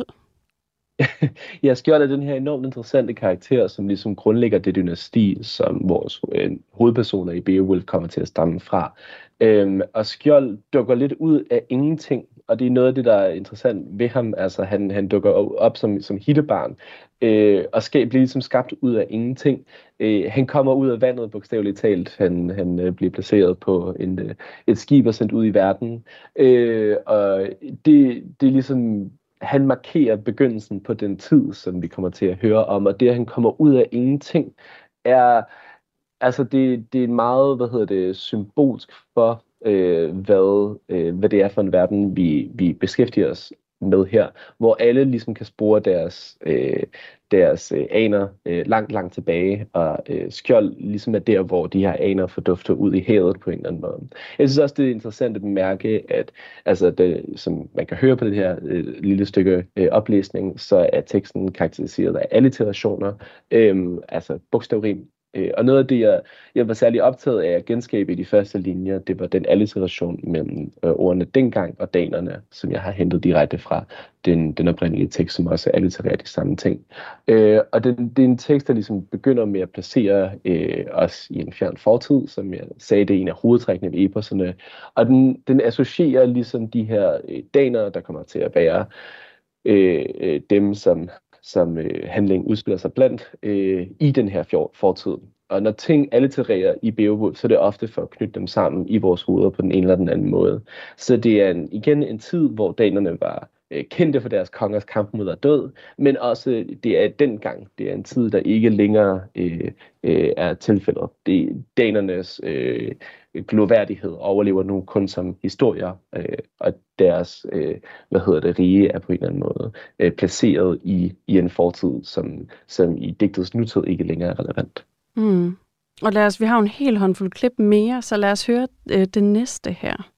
Ja, Skjold er den her enormt interessante karakter, som ligesom grundlægger det dynasti, som vores øh, hovedpersoner i Beowulf kommer til at stamme fra. Øhm, og Skjold dukker lidt ud af ingenting, og det er noget af det, der er interessant ved ham. Altså, han, han dukker op som, som hittebarn, øh, og skal blive ligesom skabt ud af ingenting. Øh, han kommer ud af vandet, bogstaveligt talt. Han, han øh, bliver placeret på en, øh, et skib og sendt ud i verden. Øh, og det, det er ligesom... Han markerer begyndelsen på den tid, som vi kommer til at høre om, og det, at han kommer ud af ingenting, er, altså det, det er meget, hvad hedder det, symbolsk for, øh, hvad, øh, hvad det er for en verden, vi, vi beskæftiger os med her, hvor alle ligesom kan spore deres, øh, deres øh, aner øh, langt, langt tilbage, og øh, Skjold ligesom er der, hvor de her aner fordufter ud i havet på en eller anden måde. Jeg synes også, det er interessant at bemærke, at altså det, som man kan høre på det her øh, lille stykke øh, oplæsning, så er teksten karakteriseret af alliterationer, øh, altså bogstavrim. Og noget af det, jeg, jeg var særlig optaget af at genskabe i de første linjer, det var den alliteration mellem øh, ordene dengang og danerne, som jeg har hentet direkte fra den, den oprindelige tekst, som også allitererer de samme ting. Øh, og den, det er en tekst, der ligesom begynder med at placere øh, os i en fjern fortid, som jeg sagde, det er en af hovedtrækkene ved eposerne. Og den, den associerer ligesom de her øh, danere, der kommer til at være øh, øh, dem, som... som øh, handling udspiller sig blandt øh, i den her fortid. Og når ting allitererer i Beowulf, så er det ofte for at knytte dem sammen i vores hoveder på den ene eller den anden måde. Så det er en, igen en tid, hvor danerne var øh, kendte for deres kongers kamp mod og død, men også det er dengang. Det er en tid, der ikke længere øh, øh, er tilfældet. Det, danernes øh, gloværdighed overlever nu kun som historier, øh, og deres øh, hvad hedder det, rige er på en eller anden måde øh, placeret i, i en fortid, som, som i digtets nutid ikke længere er relevant. Mm. Og lad os, vi har en hel håndfuld klip mere, så lad os høre øh, det næste her.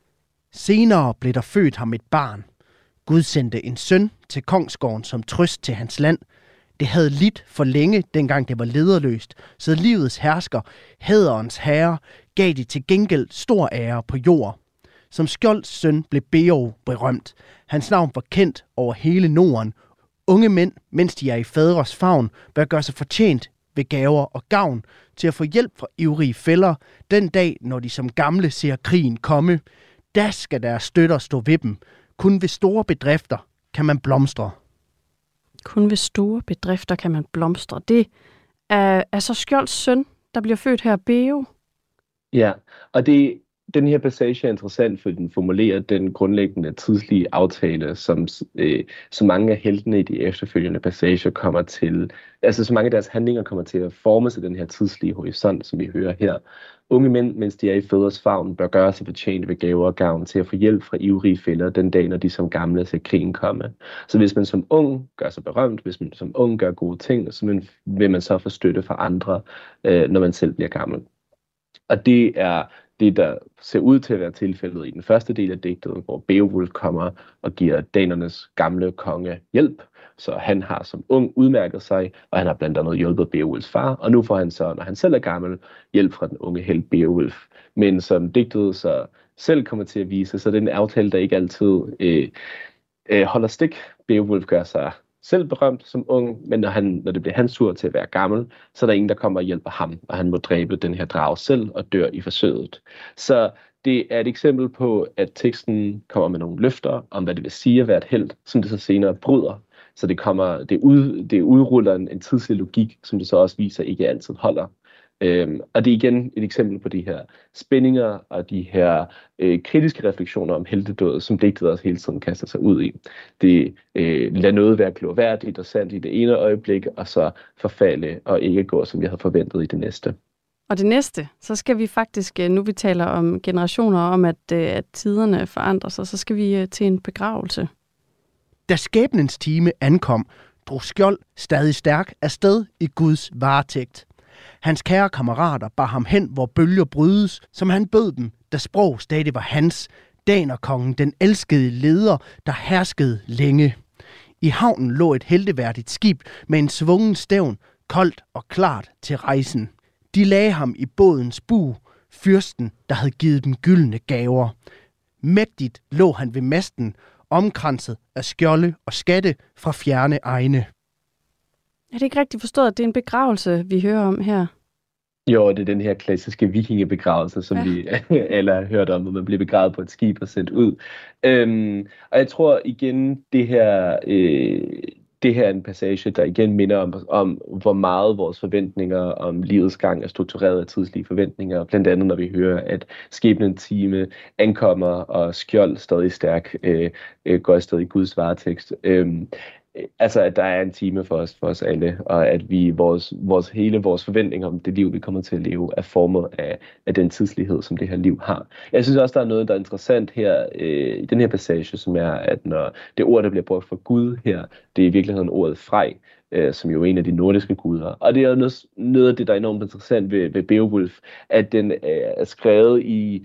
Senere blev der født ham et barn. Gud sendte en søn til kongsgården som trøst til hans land. Det havde lidt for længe, dengang det var lederløst, så livets hersker, hæderens herre, gav de til gengæld stor ære på jord. Som Skjolds søn blev Beowulf berømt. Hans navn var kendt over hele Norden. Unge mænd, mens de er i faders favn, bør gøre sig fortjent ved gaver og gavn til at få hjælp fra ivrige fæller den dag, når de som gamle ser krigen komme. Da skal deres støtter stå ved dem. Kun ved store bedrifter kan man blomstre. Kun ved store bedrifter kan man blomstre. Det er, er så Skjolds søn, der bliver født her, Beo. Ja, og det, den her passage er interessant, for den formulerer den grundlæggende tidslige aftale, som, øh, så mange af heltene i de efterfølgende passager kommer til, altså så mange af deres handlinger kommer til at forme sig den her tidslige horisont, som vi hører her. Unge mænd, mens de er i fædres favn, bør gøre sig fortjent ved gaver og gavn til at få hjælp fra ivrige fæller den dag, når de som gamle ser krigen komme. Så hvis man som ung gør sig berømt, hvis man som ung gør gode ting, så vil man så få støtte fra andre, øh, når man selv bliver gammel. Og det er det, der ser ud til at være tilfældet i den første del af digtet, hvor Beowulf kommer og giver danernes gamle konge hjælp. Så han har som ung udmærket sig, og han har blandt andet hjulpet Beowulfs far, og nu får han så, når han selv er gammel, hjælp fra den unge helt Beowulf. Men som digtet så selv kommer til at vise, så det er en aftale, der ikke altid øh, øh, holder stik. Beowulf gør sig selv berømt som ung, men når, han, når det bliver hans tur til at være gammel, så er der ingen, der kommer og hjælper ham, og han må dræbe den her drage selv og dør i forsøget. Så det er et eksempel på, at teksten kommer med nogle løfter om, hvad det vil sige at være et helt, som det så senere bryder. Så det, kommer, det, ud, det udruller en, en tidslig logik, som det så også viser ikke altid holder. Øhm, og det er igen et eksempel på de her spændinger og de her øh, kritiske refleksioner om heltedåd, som digtet også hele tiden kaster sig ud i. Det øh, lader noget være glorværdigt og sandt i det ene øjeblik, og så forfalde og ikke gå, som jeg havde forventet i det næste. Og det næste, så skal vi faktisk, nu vi taler om generationer, om at, at tiderne forandrer sig, så skal vi til en begravelse. Da skæbnens time ankom, drog Skjold stadig stærk afsted i Guds varetægt. Hans kære kammerater bar ham hen, hvor bølger brydes, som han bød dem, da sprog stadig var hans, danerkongen, den elskede leder, der herskede længe. I havnen lå et helteværdigt skib med en svungen stævn, koldt og klart til rejsen. De lagde ham i bådens bug, fyrsten, der havde givet dem gyldne gaver. Mægtigt lå han ved masten, omkranset af skjolde og skatte fra fjerne egne. Er det ikke rigtigt forstået, at det er en begravelse, vi hører om her? Jo, det er den her klassiske vikingebegravelse, som ja. vi alle har hørt om, hvor man bliver begravet på et skib og sendt ud. Øhm, og jeg tror igen, det her, øh, det her er en passage, der igen minder om, om, hvor meget vores forventninger om livets gang er struktureret af tidslige forventninger. Blandt andet, når vi hører, at skæbnens time ankommer, og Skjold stadig stærk øh, øh, går afsted i Guds varetægt. Øhm, Altså, at der er en time for os, for os alle, og at vi vores, vores, hele vores forventninger om det liv, vi kommer til at leve, er formet af, af den tidslighed, som det her liv har. Jeg synes også, der er noget, der er interessant her øh, i den her passage, som er, at når det ord, der bliver brugt for Gud her, det er i virkeligheden ordet Frej, øh, som jo er en af de nordiske guder. Og det er noget, noget af det, der er enormt interessant ved, ved Beowulf, at den øh, er skrevet i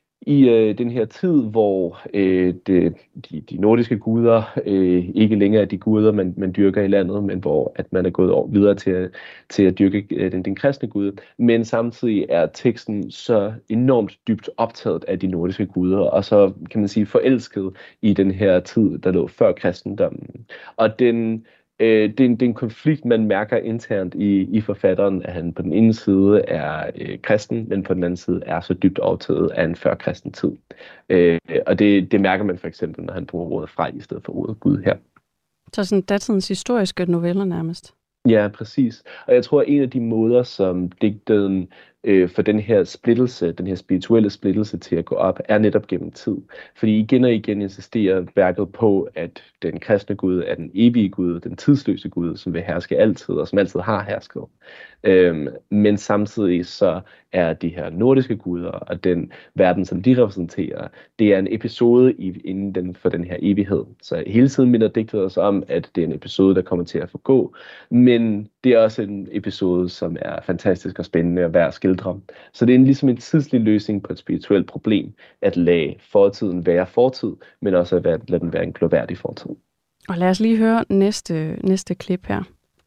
I øh, den her tid, hvor øh, det, de, de nordiske guder øh, ikke længere er de guder, man, man dyrker i landet, men hvor at man er gået over, videre til, til at dyrke øh, den, den kristne gud. Men samtidig er teksten så enormt dybt optaget af de nordiske guder, og så kan man sige forelsket i den her tid, der lå før kristendommen. Og den Øh, det, er en, det er en konflikt, man mærker internt i, i forfatteren, at han på den ene side er øh, kristen, men på den anden side er så dybt optaget af en før-kristen tid. Øh, og det, det mærker man for eksempel, når han bruger ordet Frej i stedet for ordet Gud her. Så sådan datidens historiske noveller nærmest. Ja, præcis. Og jeg tror, at en af de måder, som digten øh, for den her splittelse, den her spirituelle splittelse til at gå op, er netop gennem tid. Fordi igen og igen insisterer værket på, at den kristne Gud er den evige Gud, den tidsløse Gud, som vil herske altid, og som altid har hersket. Øhm, men samtidig så er de her nordiske guder, og den verden, som de repræsenterer, det er en episode i, inden den, for den her evighed. Så hele tiden minder digtet os om, at det er en episode, der kommer til at forgå, men det er også en episode, som er fantastisk og spændende og værd at skildre. Så det er en, ligesom en tidslig løsning på et spirituelt problem, at lade fortiden være fortid, men også at lade den være en glorværdig fortid. Og lad os lige høre næste, næste klip her.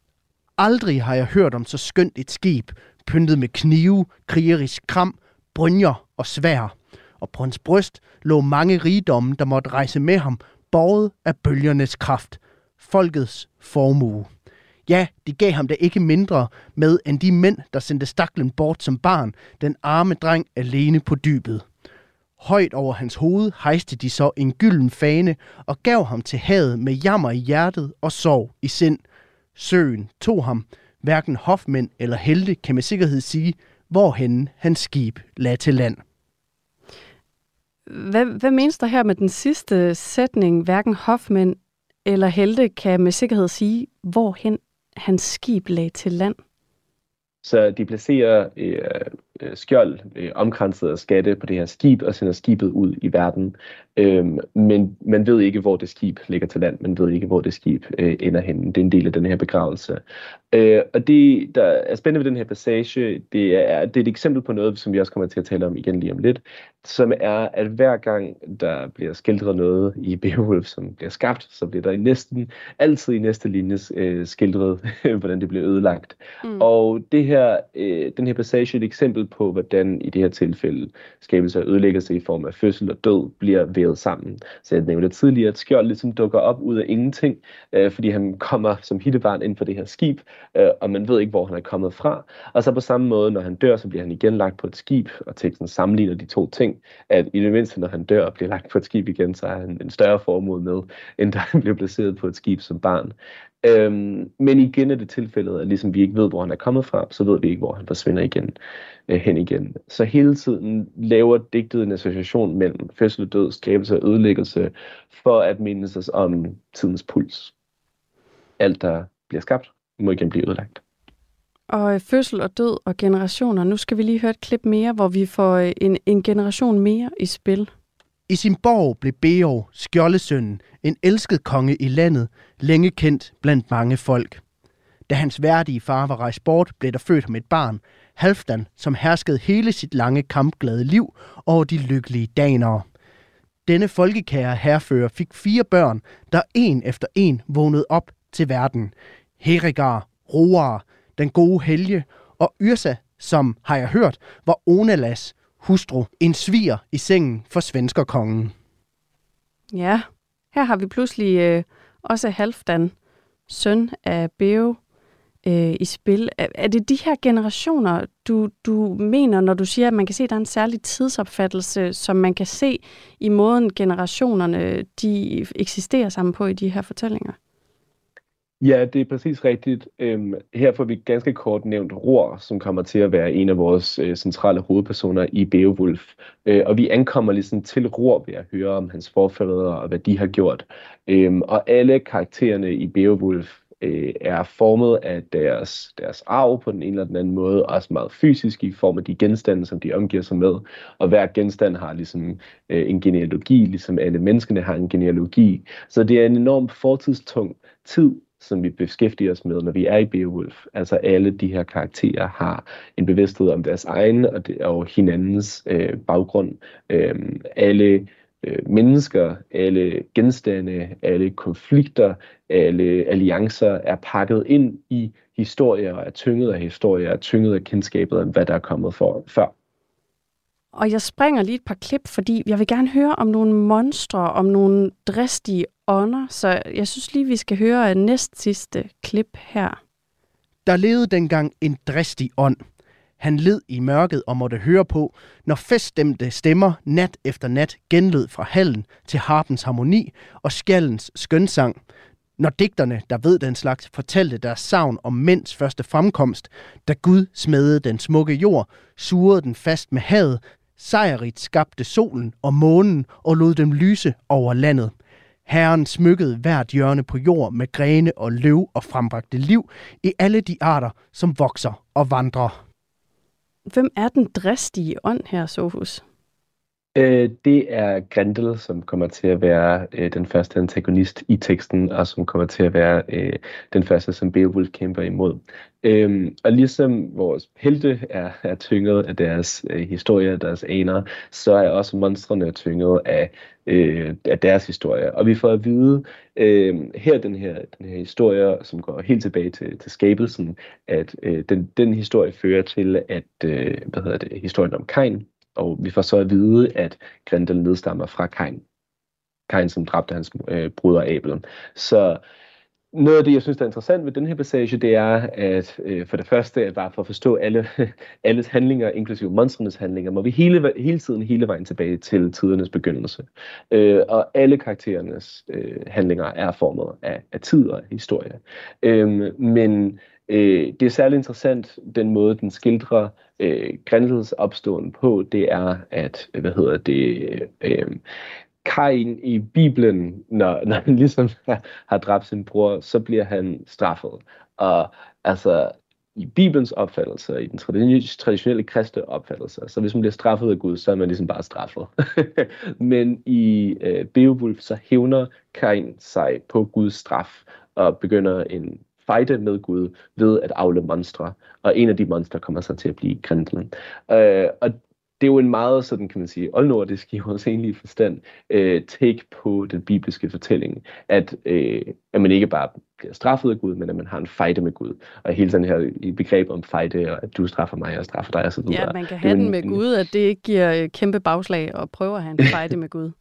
Aldrig har jeg hørt om så skønt et skib, pyntet med knive, krigerisk kram, brynjer og svær. Og på hans bryst lå mange rigdomme, der måtte rejse med ham, båret af bølgernes kraft. Folkets formue. Ja, de gav ham da ikke mindre med, end de mænd, der sendte staklen bort som barn, den arme dreng alene på dybet. Højt over hans hoved hejste de så en gylden fane og gav ham til havet med jammer i hjertet og sorg i sind. Søen tog ham. Hverken hofmænd eller helte kan med sikkerhed sige, hvorhen hans skib lagde til land. Hvad, hvad menes der her med den sidste sætning? Hverken hofmænd eller helte kan med sikkerhed sige, hvorhen hans skib lagde til land? Så de placerer øh, skjold øh, omkranset af skatte på det her skib og sender skibet ud i verden. Øhm, men man ved ikke, hvor det skib ligger til land. Man ved ikke, hvor det skib øh, ender henne. Det er en del af den her begravelse. Øh, og det, der er spændende ved den her passage, det er, det er et eksempel på noget, som vi også kommer til at tale om igen lige om lidt, som er, at hver gang der bliver skildret noget i Beowulf, som bliver skabt, så bliver der i næsten altid i næste linje øh, skildret, hvordan det bliver ødelagt. Mm. Og det her, øh, den her passage er et eksempel på, hvordan i det her tilfælde skabelse og ødelæggelse i form af fødsel og død bliver vævet sammen. Så jeg nævnte tidligere, at Skjold ligesom dukker op ud af ingenting, øh, fordi han kommer som hittebarn ind for det her skib, øh, og man ved ikke, hvor han er kommet fra. Og så på samme måde, når han dør, så bliver han igen lagt på et skib, og teksten sammenligner de to ting. ting, at i det mindste, når han dør og bliver lagt på et skib igen, så er han en større formue med, end da han blev placeret på et skib som barn. Øhm, men igen er det tilfældet, at ligesom vi ikke ved, hvor han er kommet fra, så ved vi ikke, hvor han forsvinder igen, øh, hen igen. Så hele tiden laver digtet en association mellem fødsel og død, skabelse og ødelæggelse, for at mindes os om tidens puls. Alt, der bliver skabt, må igen blive ødelagt. Og fødsel og død og generationer. Nu skal vi lige høre et klip mere, hvor vi får en, en generation mere i spil. I sin borg blev Beorh, skjoldesønnen, en elsket konge i landet, længe kendt blandt mange folk. Da hans værdige far var rejst bort, blev der født ham et barn, Halfdan, som herskede hele sit lange kampglade liv over de lykkelige danere. Denne folkekære hærfører fik fire børn, der en efter en vågnede op til verden. Heregar, Roar, den gode Helge og Yrsa, som, har jeg hørt, var Onalas hustru, en sviger i sengen for svenskerkongen. Ja, her har vi pludselig øh, også Halfdan, søn af Beorh, øh, i spil. Er, er det de her generationer, du, du mener, når du siger, at man kan se, at der er en særlig tidsopfattelse, som man kan se i måden generationerne de eksisterer sammen på i de her fortællinger? Ja, det er præcis rigtigt. Øhm, her får vi ganske kort nævnt Roar, som kommer til at være en af vores øh, centrale hovedpersoner i Beowulf. Øh, og vi ankommer ligesom til Roar ved at høre om hans forfædre og hvad de har gjort. Øhm, og alle karaktererne i Beowulf øh, er formet af deres, deres arv på den ene eller den anden måde, også meget fysisk i form af de genstande, som de omgiver sig med. Og hver genstand har ligesom øh, en genealogi, ligesom alle menneskene har en genealogi. Så det er en enormt fortidstung tid, som vi beskæftiger os med, når vi er i Beowulf. Altså alle de her karakterer har en bevidsthed om deres egen og, det, og hinandens øh, baggrund. Øhm, alle øh, mennesker, alle genstande, alle konflikter, alle alliancer er pakket ind i historier og er tynget af historier, er tynget af kendskabet om, hvad der er kommet for, før. Og jeg springer lige et par klip, fordi jeg vil gerne høre om nogle monstre, om nogle dristige ånder, så jeg synes lige, vi skal høre næst sidste klip her. Der levede dengang en dristig ånd. Han led i mørket og måtte høre på, når feststemte stemmer nat efter nat genlød fra hallen til harpens harmoni og skjaldens skønsang. Når digterne, der ved den slags, fortalte deres sagn om mænds første fremkomst, da Gud smedede den smukke jord, surede den fast med havet, sejrigt skabte solen og månen og lod dem lyse over landet. Herren smykkede hvert hjørne på jord med grene og løv og frembragte liv i alle de arter, som vokser og vandrer. Hvem er den dristige ånd her, Sofus? Øh, det er Grendel, som kommer til at være øh, den første antagonist i teksten, og som kommer til at være øh, den første, som Beowulf kæmper imod. Øhm, og ligesom vores helte er, er tynget af deres øh, historie, deres aner, så er også monstrene tynget af, øh, af deres historie. Og vi får at vide øh, her den her den her historie, som går helt tilbage til, til skabelsen, at øh, den, den historie fører til, at øh, hvad hedder det, historien om Kain. Og vi får så at vide, at Grendel nedstammer fra Kain. Kain, som dræbte hans øh, bruder Abel. Så noget af det, jeg synes, der er interessant ved den her passage, det er, at øh, for det første, at bare for at forstå alle, alles handlinger, inklusive monstrenes handlinger, må vi hele, hele tiden, hele vejen tilbage til tidernes begyndelse. Øh, og alle karakterernes øh, handlinger er formet af, af tid og historie. Øh, men øh, det er særlig interessant, den måde, den skildrer øh, Grendels opståen på, det er, at, hvad hedder det... Øh, Kain i Bibelen, når, når han ligesom har, har dræbt sin bror, så bliver han straffet. Og altså, i Bibelens opfattelse, i den traditionelle kristne opfattelse, så hvis man bliver straffet af Gud, så er man ligesom bare straffet. Men i øh, Beowulf, så hævner Kain sig på Guds straf, og begynder en fejde med Gud ved at avle monstre. Og en af de monstre kommer så til at blive Grendel. Øh, og det er jo en meget, sådan kan man sige, oldnordisk i vores egentlige forstand, øh, take på den bibelske fortælling, at, øh, at man ikke bare bliver straffet af Gud, men at man har en fejde med Gud. Og hele den her begreb om fejde, og at du straffer mig, og jeg straffer dig, og så videre. Ja, man kan have den med Gud, at det ikke giver kæmpe bagslag, og prøve at have en fejde med Gud.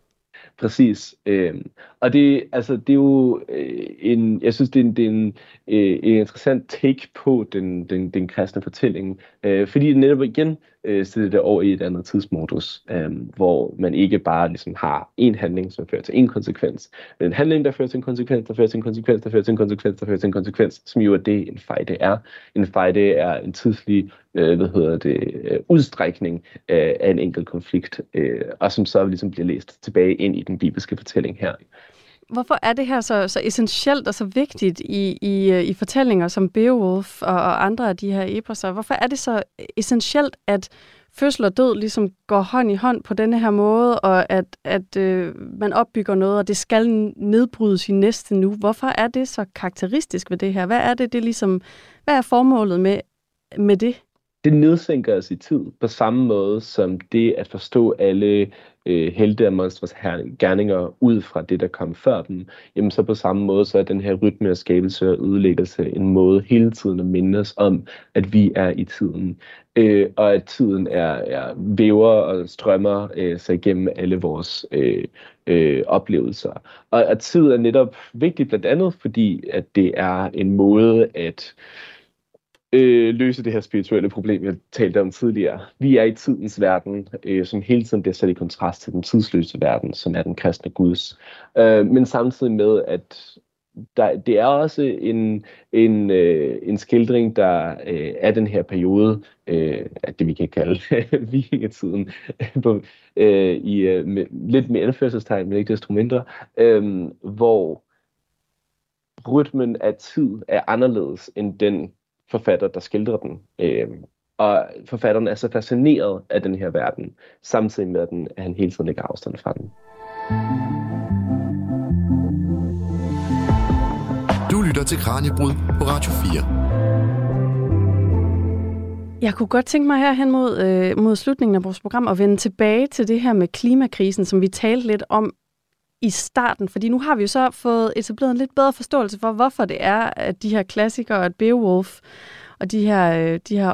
Præcis. Øh, og det, altså, det er jo øh, en, jeg synes, det er en, det er en, øh, en interessant take på den, den, den kristne fortælling, øh, fordi det netop igen øh, sætte det over i et andet tidsmodus, øh, hvor man ikke bare ligesom har en handling, som fører til en konsekvens, men en handling, der fører til en konsekvens, der fører til en konsekvens, der fører til en konsekvens, der fører til en konsekvens, som jo er det, en fejde er. En fejde er en tidslig øh, hvad hedder det, øh, udstrækning øh, af en enkelt konflikt, øh, og som så ligesom bliver læst tilbage ind i den bibelske fortælling her. Hvorfor er det her så, så essentielt og så vigtigt i, i, i fortællinger som Beowulf og, og andre af de her eposser? Hvorfor er det så essentielt, at fødsel og død ligesom går hånd i hånd på denne her måde, og at, at øh, man opbygger noget, og det skal nedbrydes i næste nu? Hvorfor er det så karakteristisk ved det her? Hvad er det, det ligesom, hvad er formålet med, med det? Det nedsænker os i tid på samme måde som det at forstå alle øh, helte og monstres gerninger ud fra det, der kom før dem. Jamen så på samme måde, så er den her rytme af skabelse og ødelæggelse en måde hele tiden at minde os om, at vi er i tiden. Øh, og at tiden er, er væver og strømmer øh, sig igennem alle vores øh, øh, oplevelser. Og at tid er netop vigtigt blandt andet, fordi at det er en måde at Øh, løse det her spirituelle problem, jeg talte om tidligere. Vi er i tidens verden, øh, som hele tiden bliver sat i kontrast til den tidsløse verden, som er den kristne Guds. Øh, men samtidig med, at der, det er også en, en, øh, en skildring, der øh, er den her periode, øh, at det vi kan kalde vikingetiden, på, øh, i øh, med, lidt mere anførselstegn, men ikke desto mindre, øh, hvor rytmen af tid er anderledes end den forfatter, der skildrer den. Øh, og forfatteren er så fascineret af den her verden, samtidig med, at, den, at han hele tiden lægger afstand fra den. Du lytter til Kraniebrud på Radio fire. Jeg kunne godt tænke mig her hen mod, øh, mod slutningen af vores program at vende tilbage til det her med klimakrisen, som vi talte lidt om i starten, fordi nu har vi jo så fået etableret en lidt bedre forståelse for, hvorfor det er, at de her klassikere, at Beowulf og de her, de her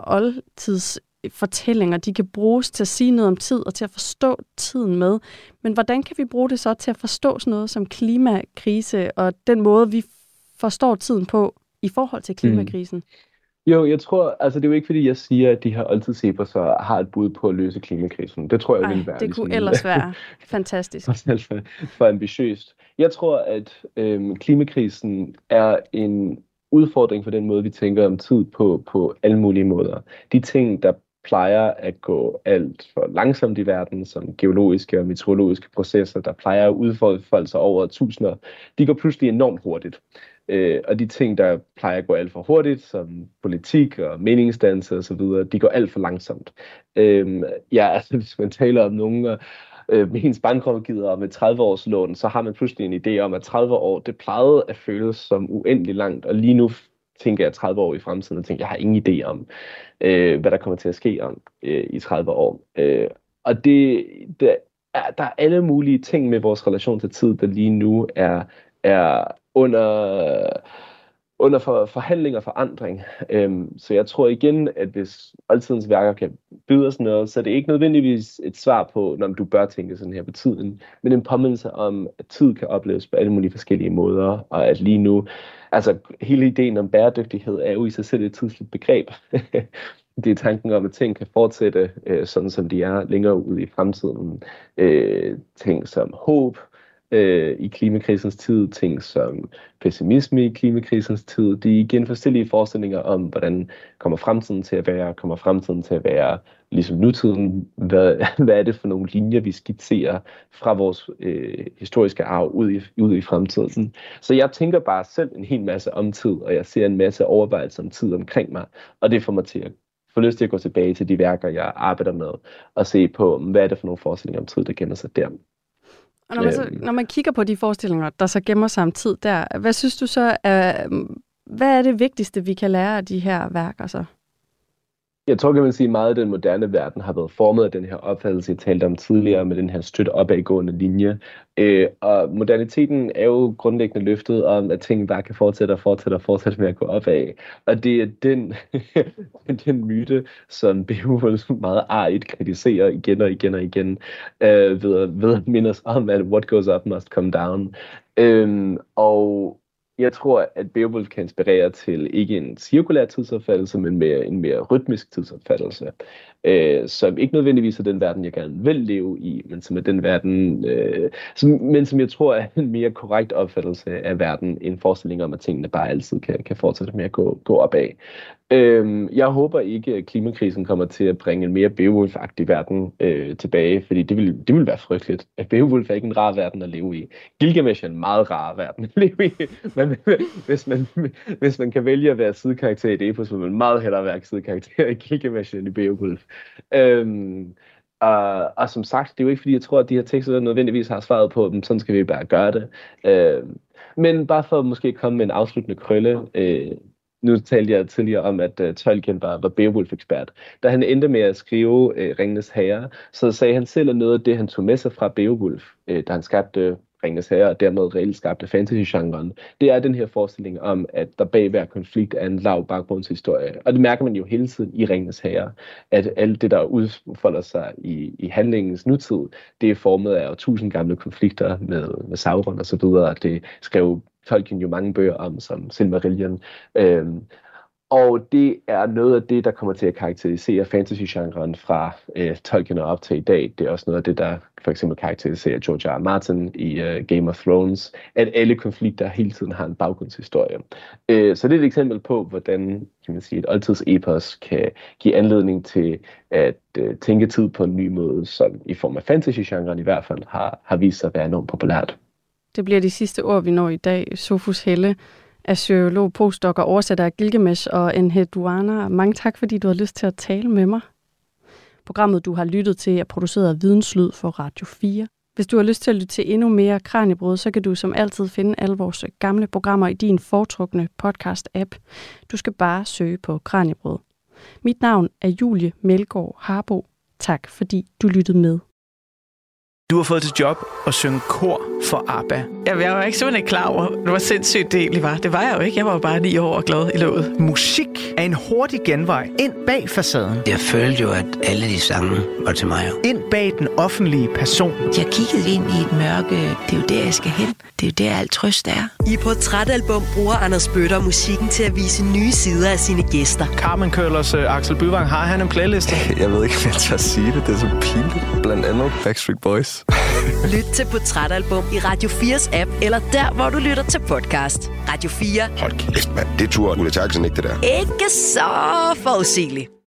oldtidsfortællinger, de kan bruges til at sige noget om tid og til at forstå tiden med. Men hvordan kan vi bruge det så til at forstå sådan noget som klimakrise og den måde, vi forstår tiden på i forhold til klimakrisen? Mm. Jo, jeg tror, altså det er jo ikke fordi, jeg siger, at de her oldtidseposser har et bud på at løse klimakrisen. Det tror jeg Ej, ville være. det ligesom, kunne ellers være fantastisk. for, for ambitiøst. Jeg tror, at øhm, klimakrisen er en udfordring for den måde, vi tænker om tid på, på alle mulige måder. De ting, der plejer at gå alt for langsomt i verden, som geologiske og meteorologiske processer, der plejer at udfolde sig over tusinder, de går pludselig enormt hurtigt. Øh, og de ting, der plejer at gå alt for hurtigt, som politik og meningsdannelse osv., de går alt for langsomt. Øh, ja, altså hvis man taler om nogen øh, med hendes bankrådgiver og med tredive års lån, så har man pludselig en idé om, at tredive år, det plejede at føles som uendelig langt, og lige nu tænker jeg tredive år i fremtiden, og tænker, jeg har ingen idé om, øh, hvad der kommer til at ske om øh, i tredive år. Øh, og det, det er, der er alle mulige ting med vores relation til tid, der lige nu er, er under, under for, forhandling og forandring. Øhm, så jeg tror igen, at hvis oldtidens værker kan byde os noget, så er det ikke nødvendigvis et svar på, når du bør tænke sådan her på tiden, men en påmindelse om, at tid kan opleves på alle mulige forskellige måder, og at lige nu, altså hele ideen om bæredygtighed er jo i sig selv et tidsligt begreb. Det er tanken om, at ting kan fortsætte, øh, sådan som de er længere ude i fremtiden. Øh, ting som håb, Øh, i klimakrisens tid, ting som pessimisme i klimakrisens tid. De er igen forskellige forestillinger om, hvordan kommer fremtiden til at være, kommer fremtiden til at være ligesom nutiden, hvad, hvad er det for nogle linjer, vi skitserer fra vores øh, historiske arv ud i, ud i fremtiden. Så jeg tænker bare selv en hel masse om tid, og jeg ser en masse overvejelser om tid omkring mig, og det får mig til at få lyst til at gå tilbage til de værker, jeg arbejder med, og se på, hvad er det for nogle forestillinger om tid, der gemmer sig der. Og når man, så, når man kigger på de forestillinger, der så gemmer sig om tid der, hvad synes du så, er, hvad er det vigtigste, vi kan lære af de her værker så? Jeg tror, kan man sige, meget af den moderne verden har været formet af den her opfattelse, jeg talte om tidligere, med den her støtte opadgående linje. Øh, og moderniteten er jo grundlæggende løftet om, at ting bare kan fortsætte og fortsætte og fortsætte med at gå opad. Og det er den, den myte, som Beowulf meget artigt kritiserer igen og igen og igen, øh, ved, ved at minde os om, at what goes up must come down. Øh, og Jeg tror, at Beowulf kan inspirere til ikke en cirkulær tidsopfattelse, men mere, en mere rytmisk tidsopfattelse. Øh, som ikke nødvendigvis er den verden, jeg gerne vil leve i, men som er den verden, øh, som, men som jeg tror er en mere korrekt opfattelse af verden, en forestilling om, at tingene bare altid kan, kan fortsætte med at gå, gå opad. Øh, jeg håber ikke, at klimakrisen kommer til at bringe en mere Beowulf-agtig verden øh, tilbage, fordi det vil, det vil være frygteligt. At Beowulf er ikke en rar verden at leve i. Gilgamesh er en meget rar verden at leve i. Men hvis man, hvis man kan vælge at være sidekarakter i et epos, vil man meget hellere være sidekarakter i Gilgamesh end i Beowulf. Øhm, og, og som sagt, det er jo ikke fordi, jeg tror, at de her tekster nødvendigvis har svaret på dem. Sådan skal vi bare gøre det. Øhm, men bare for at måske komme med en afsluttende krølle. Øh, nu talte jeg tidligere om, at uh, Tolkien var, var Beowulf-ekspert. Da han endte med at skrive uh, Ringenes Herre, så sagde han selv, at noget af det, han tog med sig fra Beowulf, uh, da han skabte Ringenes Herre, og dermed reelt skabte fantasy-genren, det er den her forestilling om, at der bag hver konflikt er en lav baggrundshistorie. Og det mærker man jo hele tiden i Ringenes Herre, at alt det, der udfolder sig i, i handlingens nutid, det er formet af tusind gamle konflikter med, med Sauron og så videre. Det skrev Tolkien jo mange bøger om, som Silmarillion. Øhm, og det er noget af det, der kommer til at karakterisere fantasy-genren fra øh, Tolkien og op til i dag. Det er også noget af det, der for eksempel karakteriserer George R. R. Martin i øh, Game of Thrones, at alle konflikter hele tiden har en baggrundshistorie. Øh, så det er et eksempel på, hvordan kan man sige, et oldtidsepos kan give anledning til at øh, tænke tid på en ny måde, som i form af fantasy-genren i hvert fald har, har vist sig at være enormt populært. Det bliver de sidste ord, vi når i dag. Sofus Helle, arkeolog, postdoc og oversætter af Gilgamesh og Enheduanna. Mange tak, fordi du har lyst til at tale med mig. Programmet, du har lyttet til, er produceret af Videnslyd for Radio fire. Hvis du har lyst til at lytte til endnu mere Kraniebrød, så kan du som altid finde alle vores gamle programmer i din foretrukne podcast-app. Du skal bare søge på Kraniebrød. Mit navn er Julie Melgaard Harbo. Tak, fordi du lyttede med. Du har fået til job at synge kor for ABBA. Jamen, jeg var ikke simpelthen ikke klar over, hvor sindssygt det egentlig var. Det var jeg jo ikke. Jeg var jo bare ni år og glad i låget. Musik er en hurtig genvej ind bag facaden. Jeg følte jo, at alle de sange var til mig. Ind bag den offentlige person. Jeg kiggede ind i et mørke. Det er jo der, jeg skal hen. Det er jo der, alt trøst er. I Portrætalbum bruger Anders Bøtter musikken til at vise nye sider af sine gæster. Carmen Køllers uh, Axel Byvang, har han en playliste? Jeg ved ikke, hvad jeg tør sige det. Det er så pinligt. Blandt andet Backstreet Boys. Lyt til Portrætalbum i Radio fires app, eller der, hvor du lytter til podcast. Radio fire. Hold kæft, mand. Det turde Ulla Terkelsen ikke, det der. Ikke så forudsigeligt.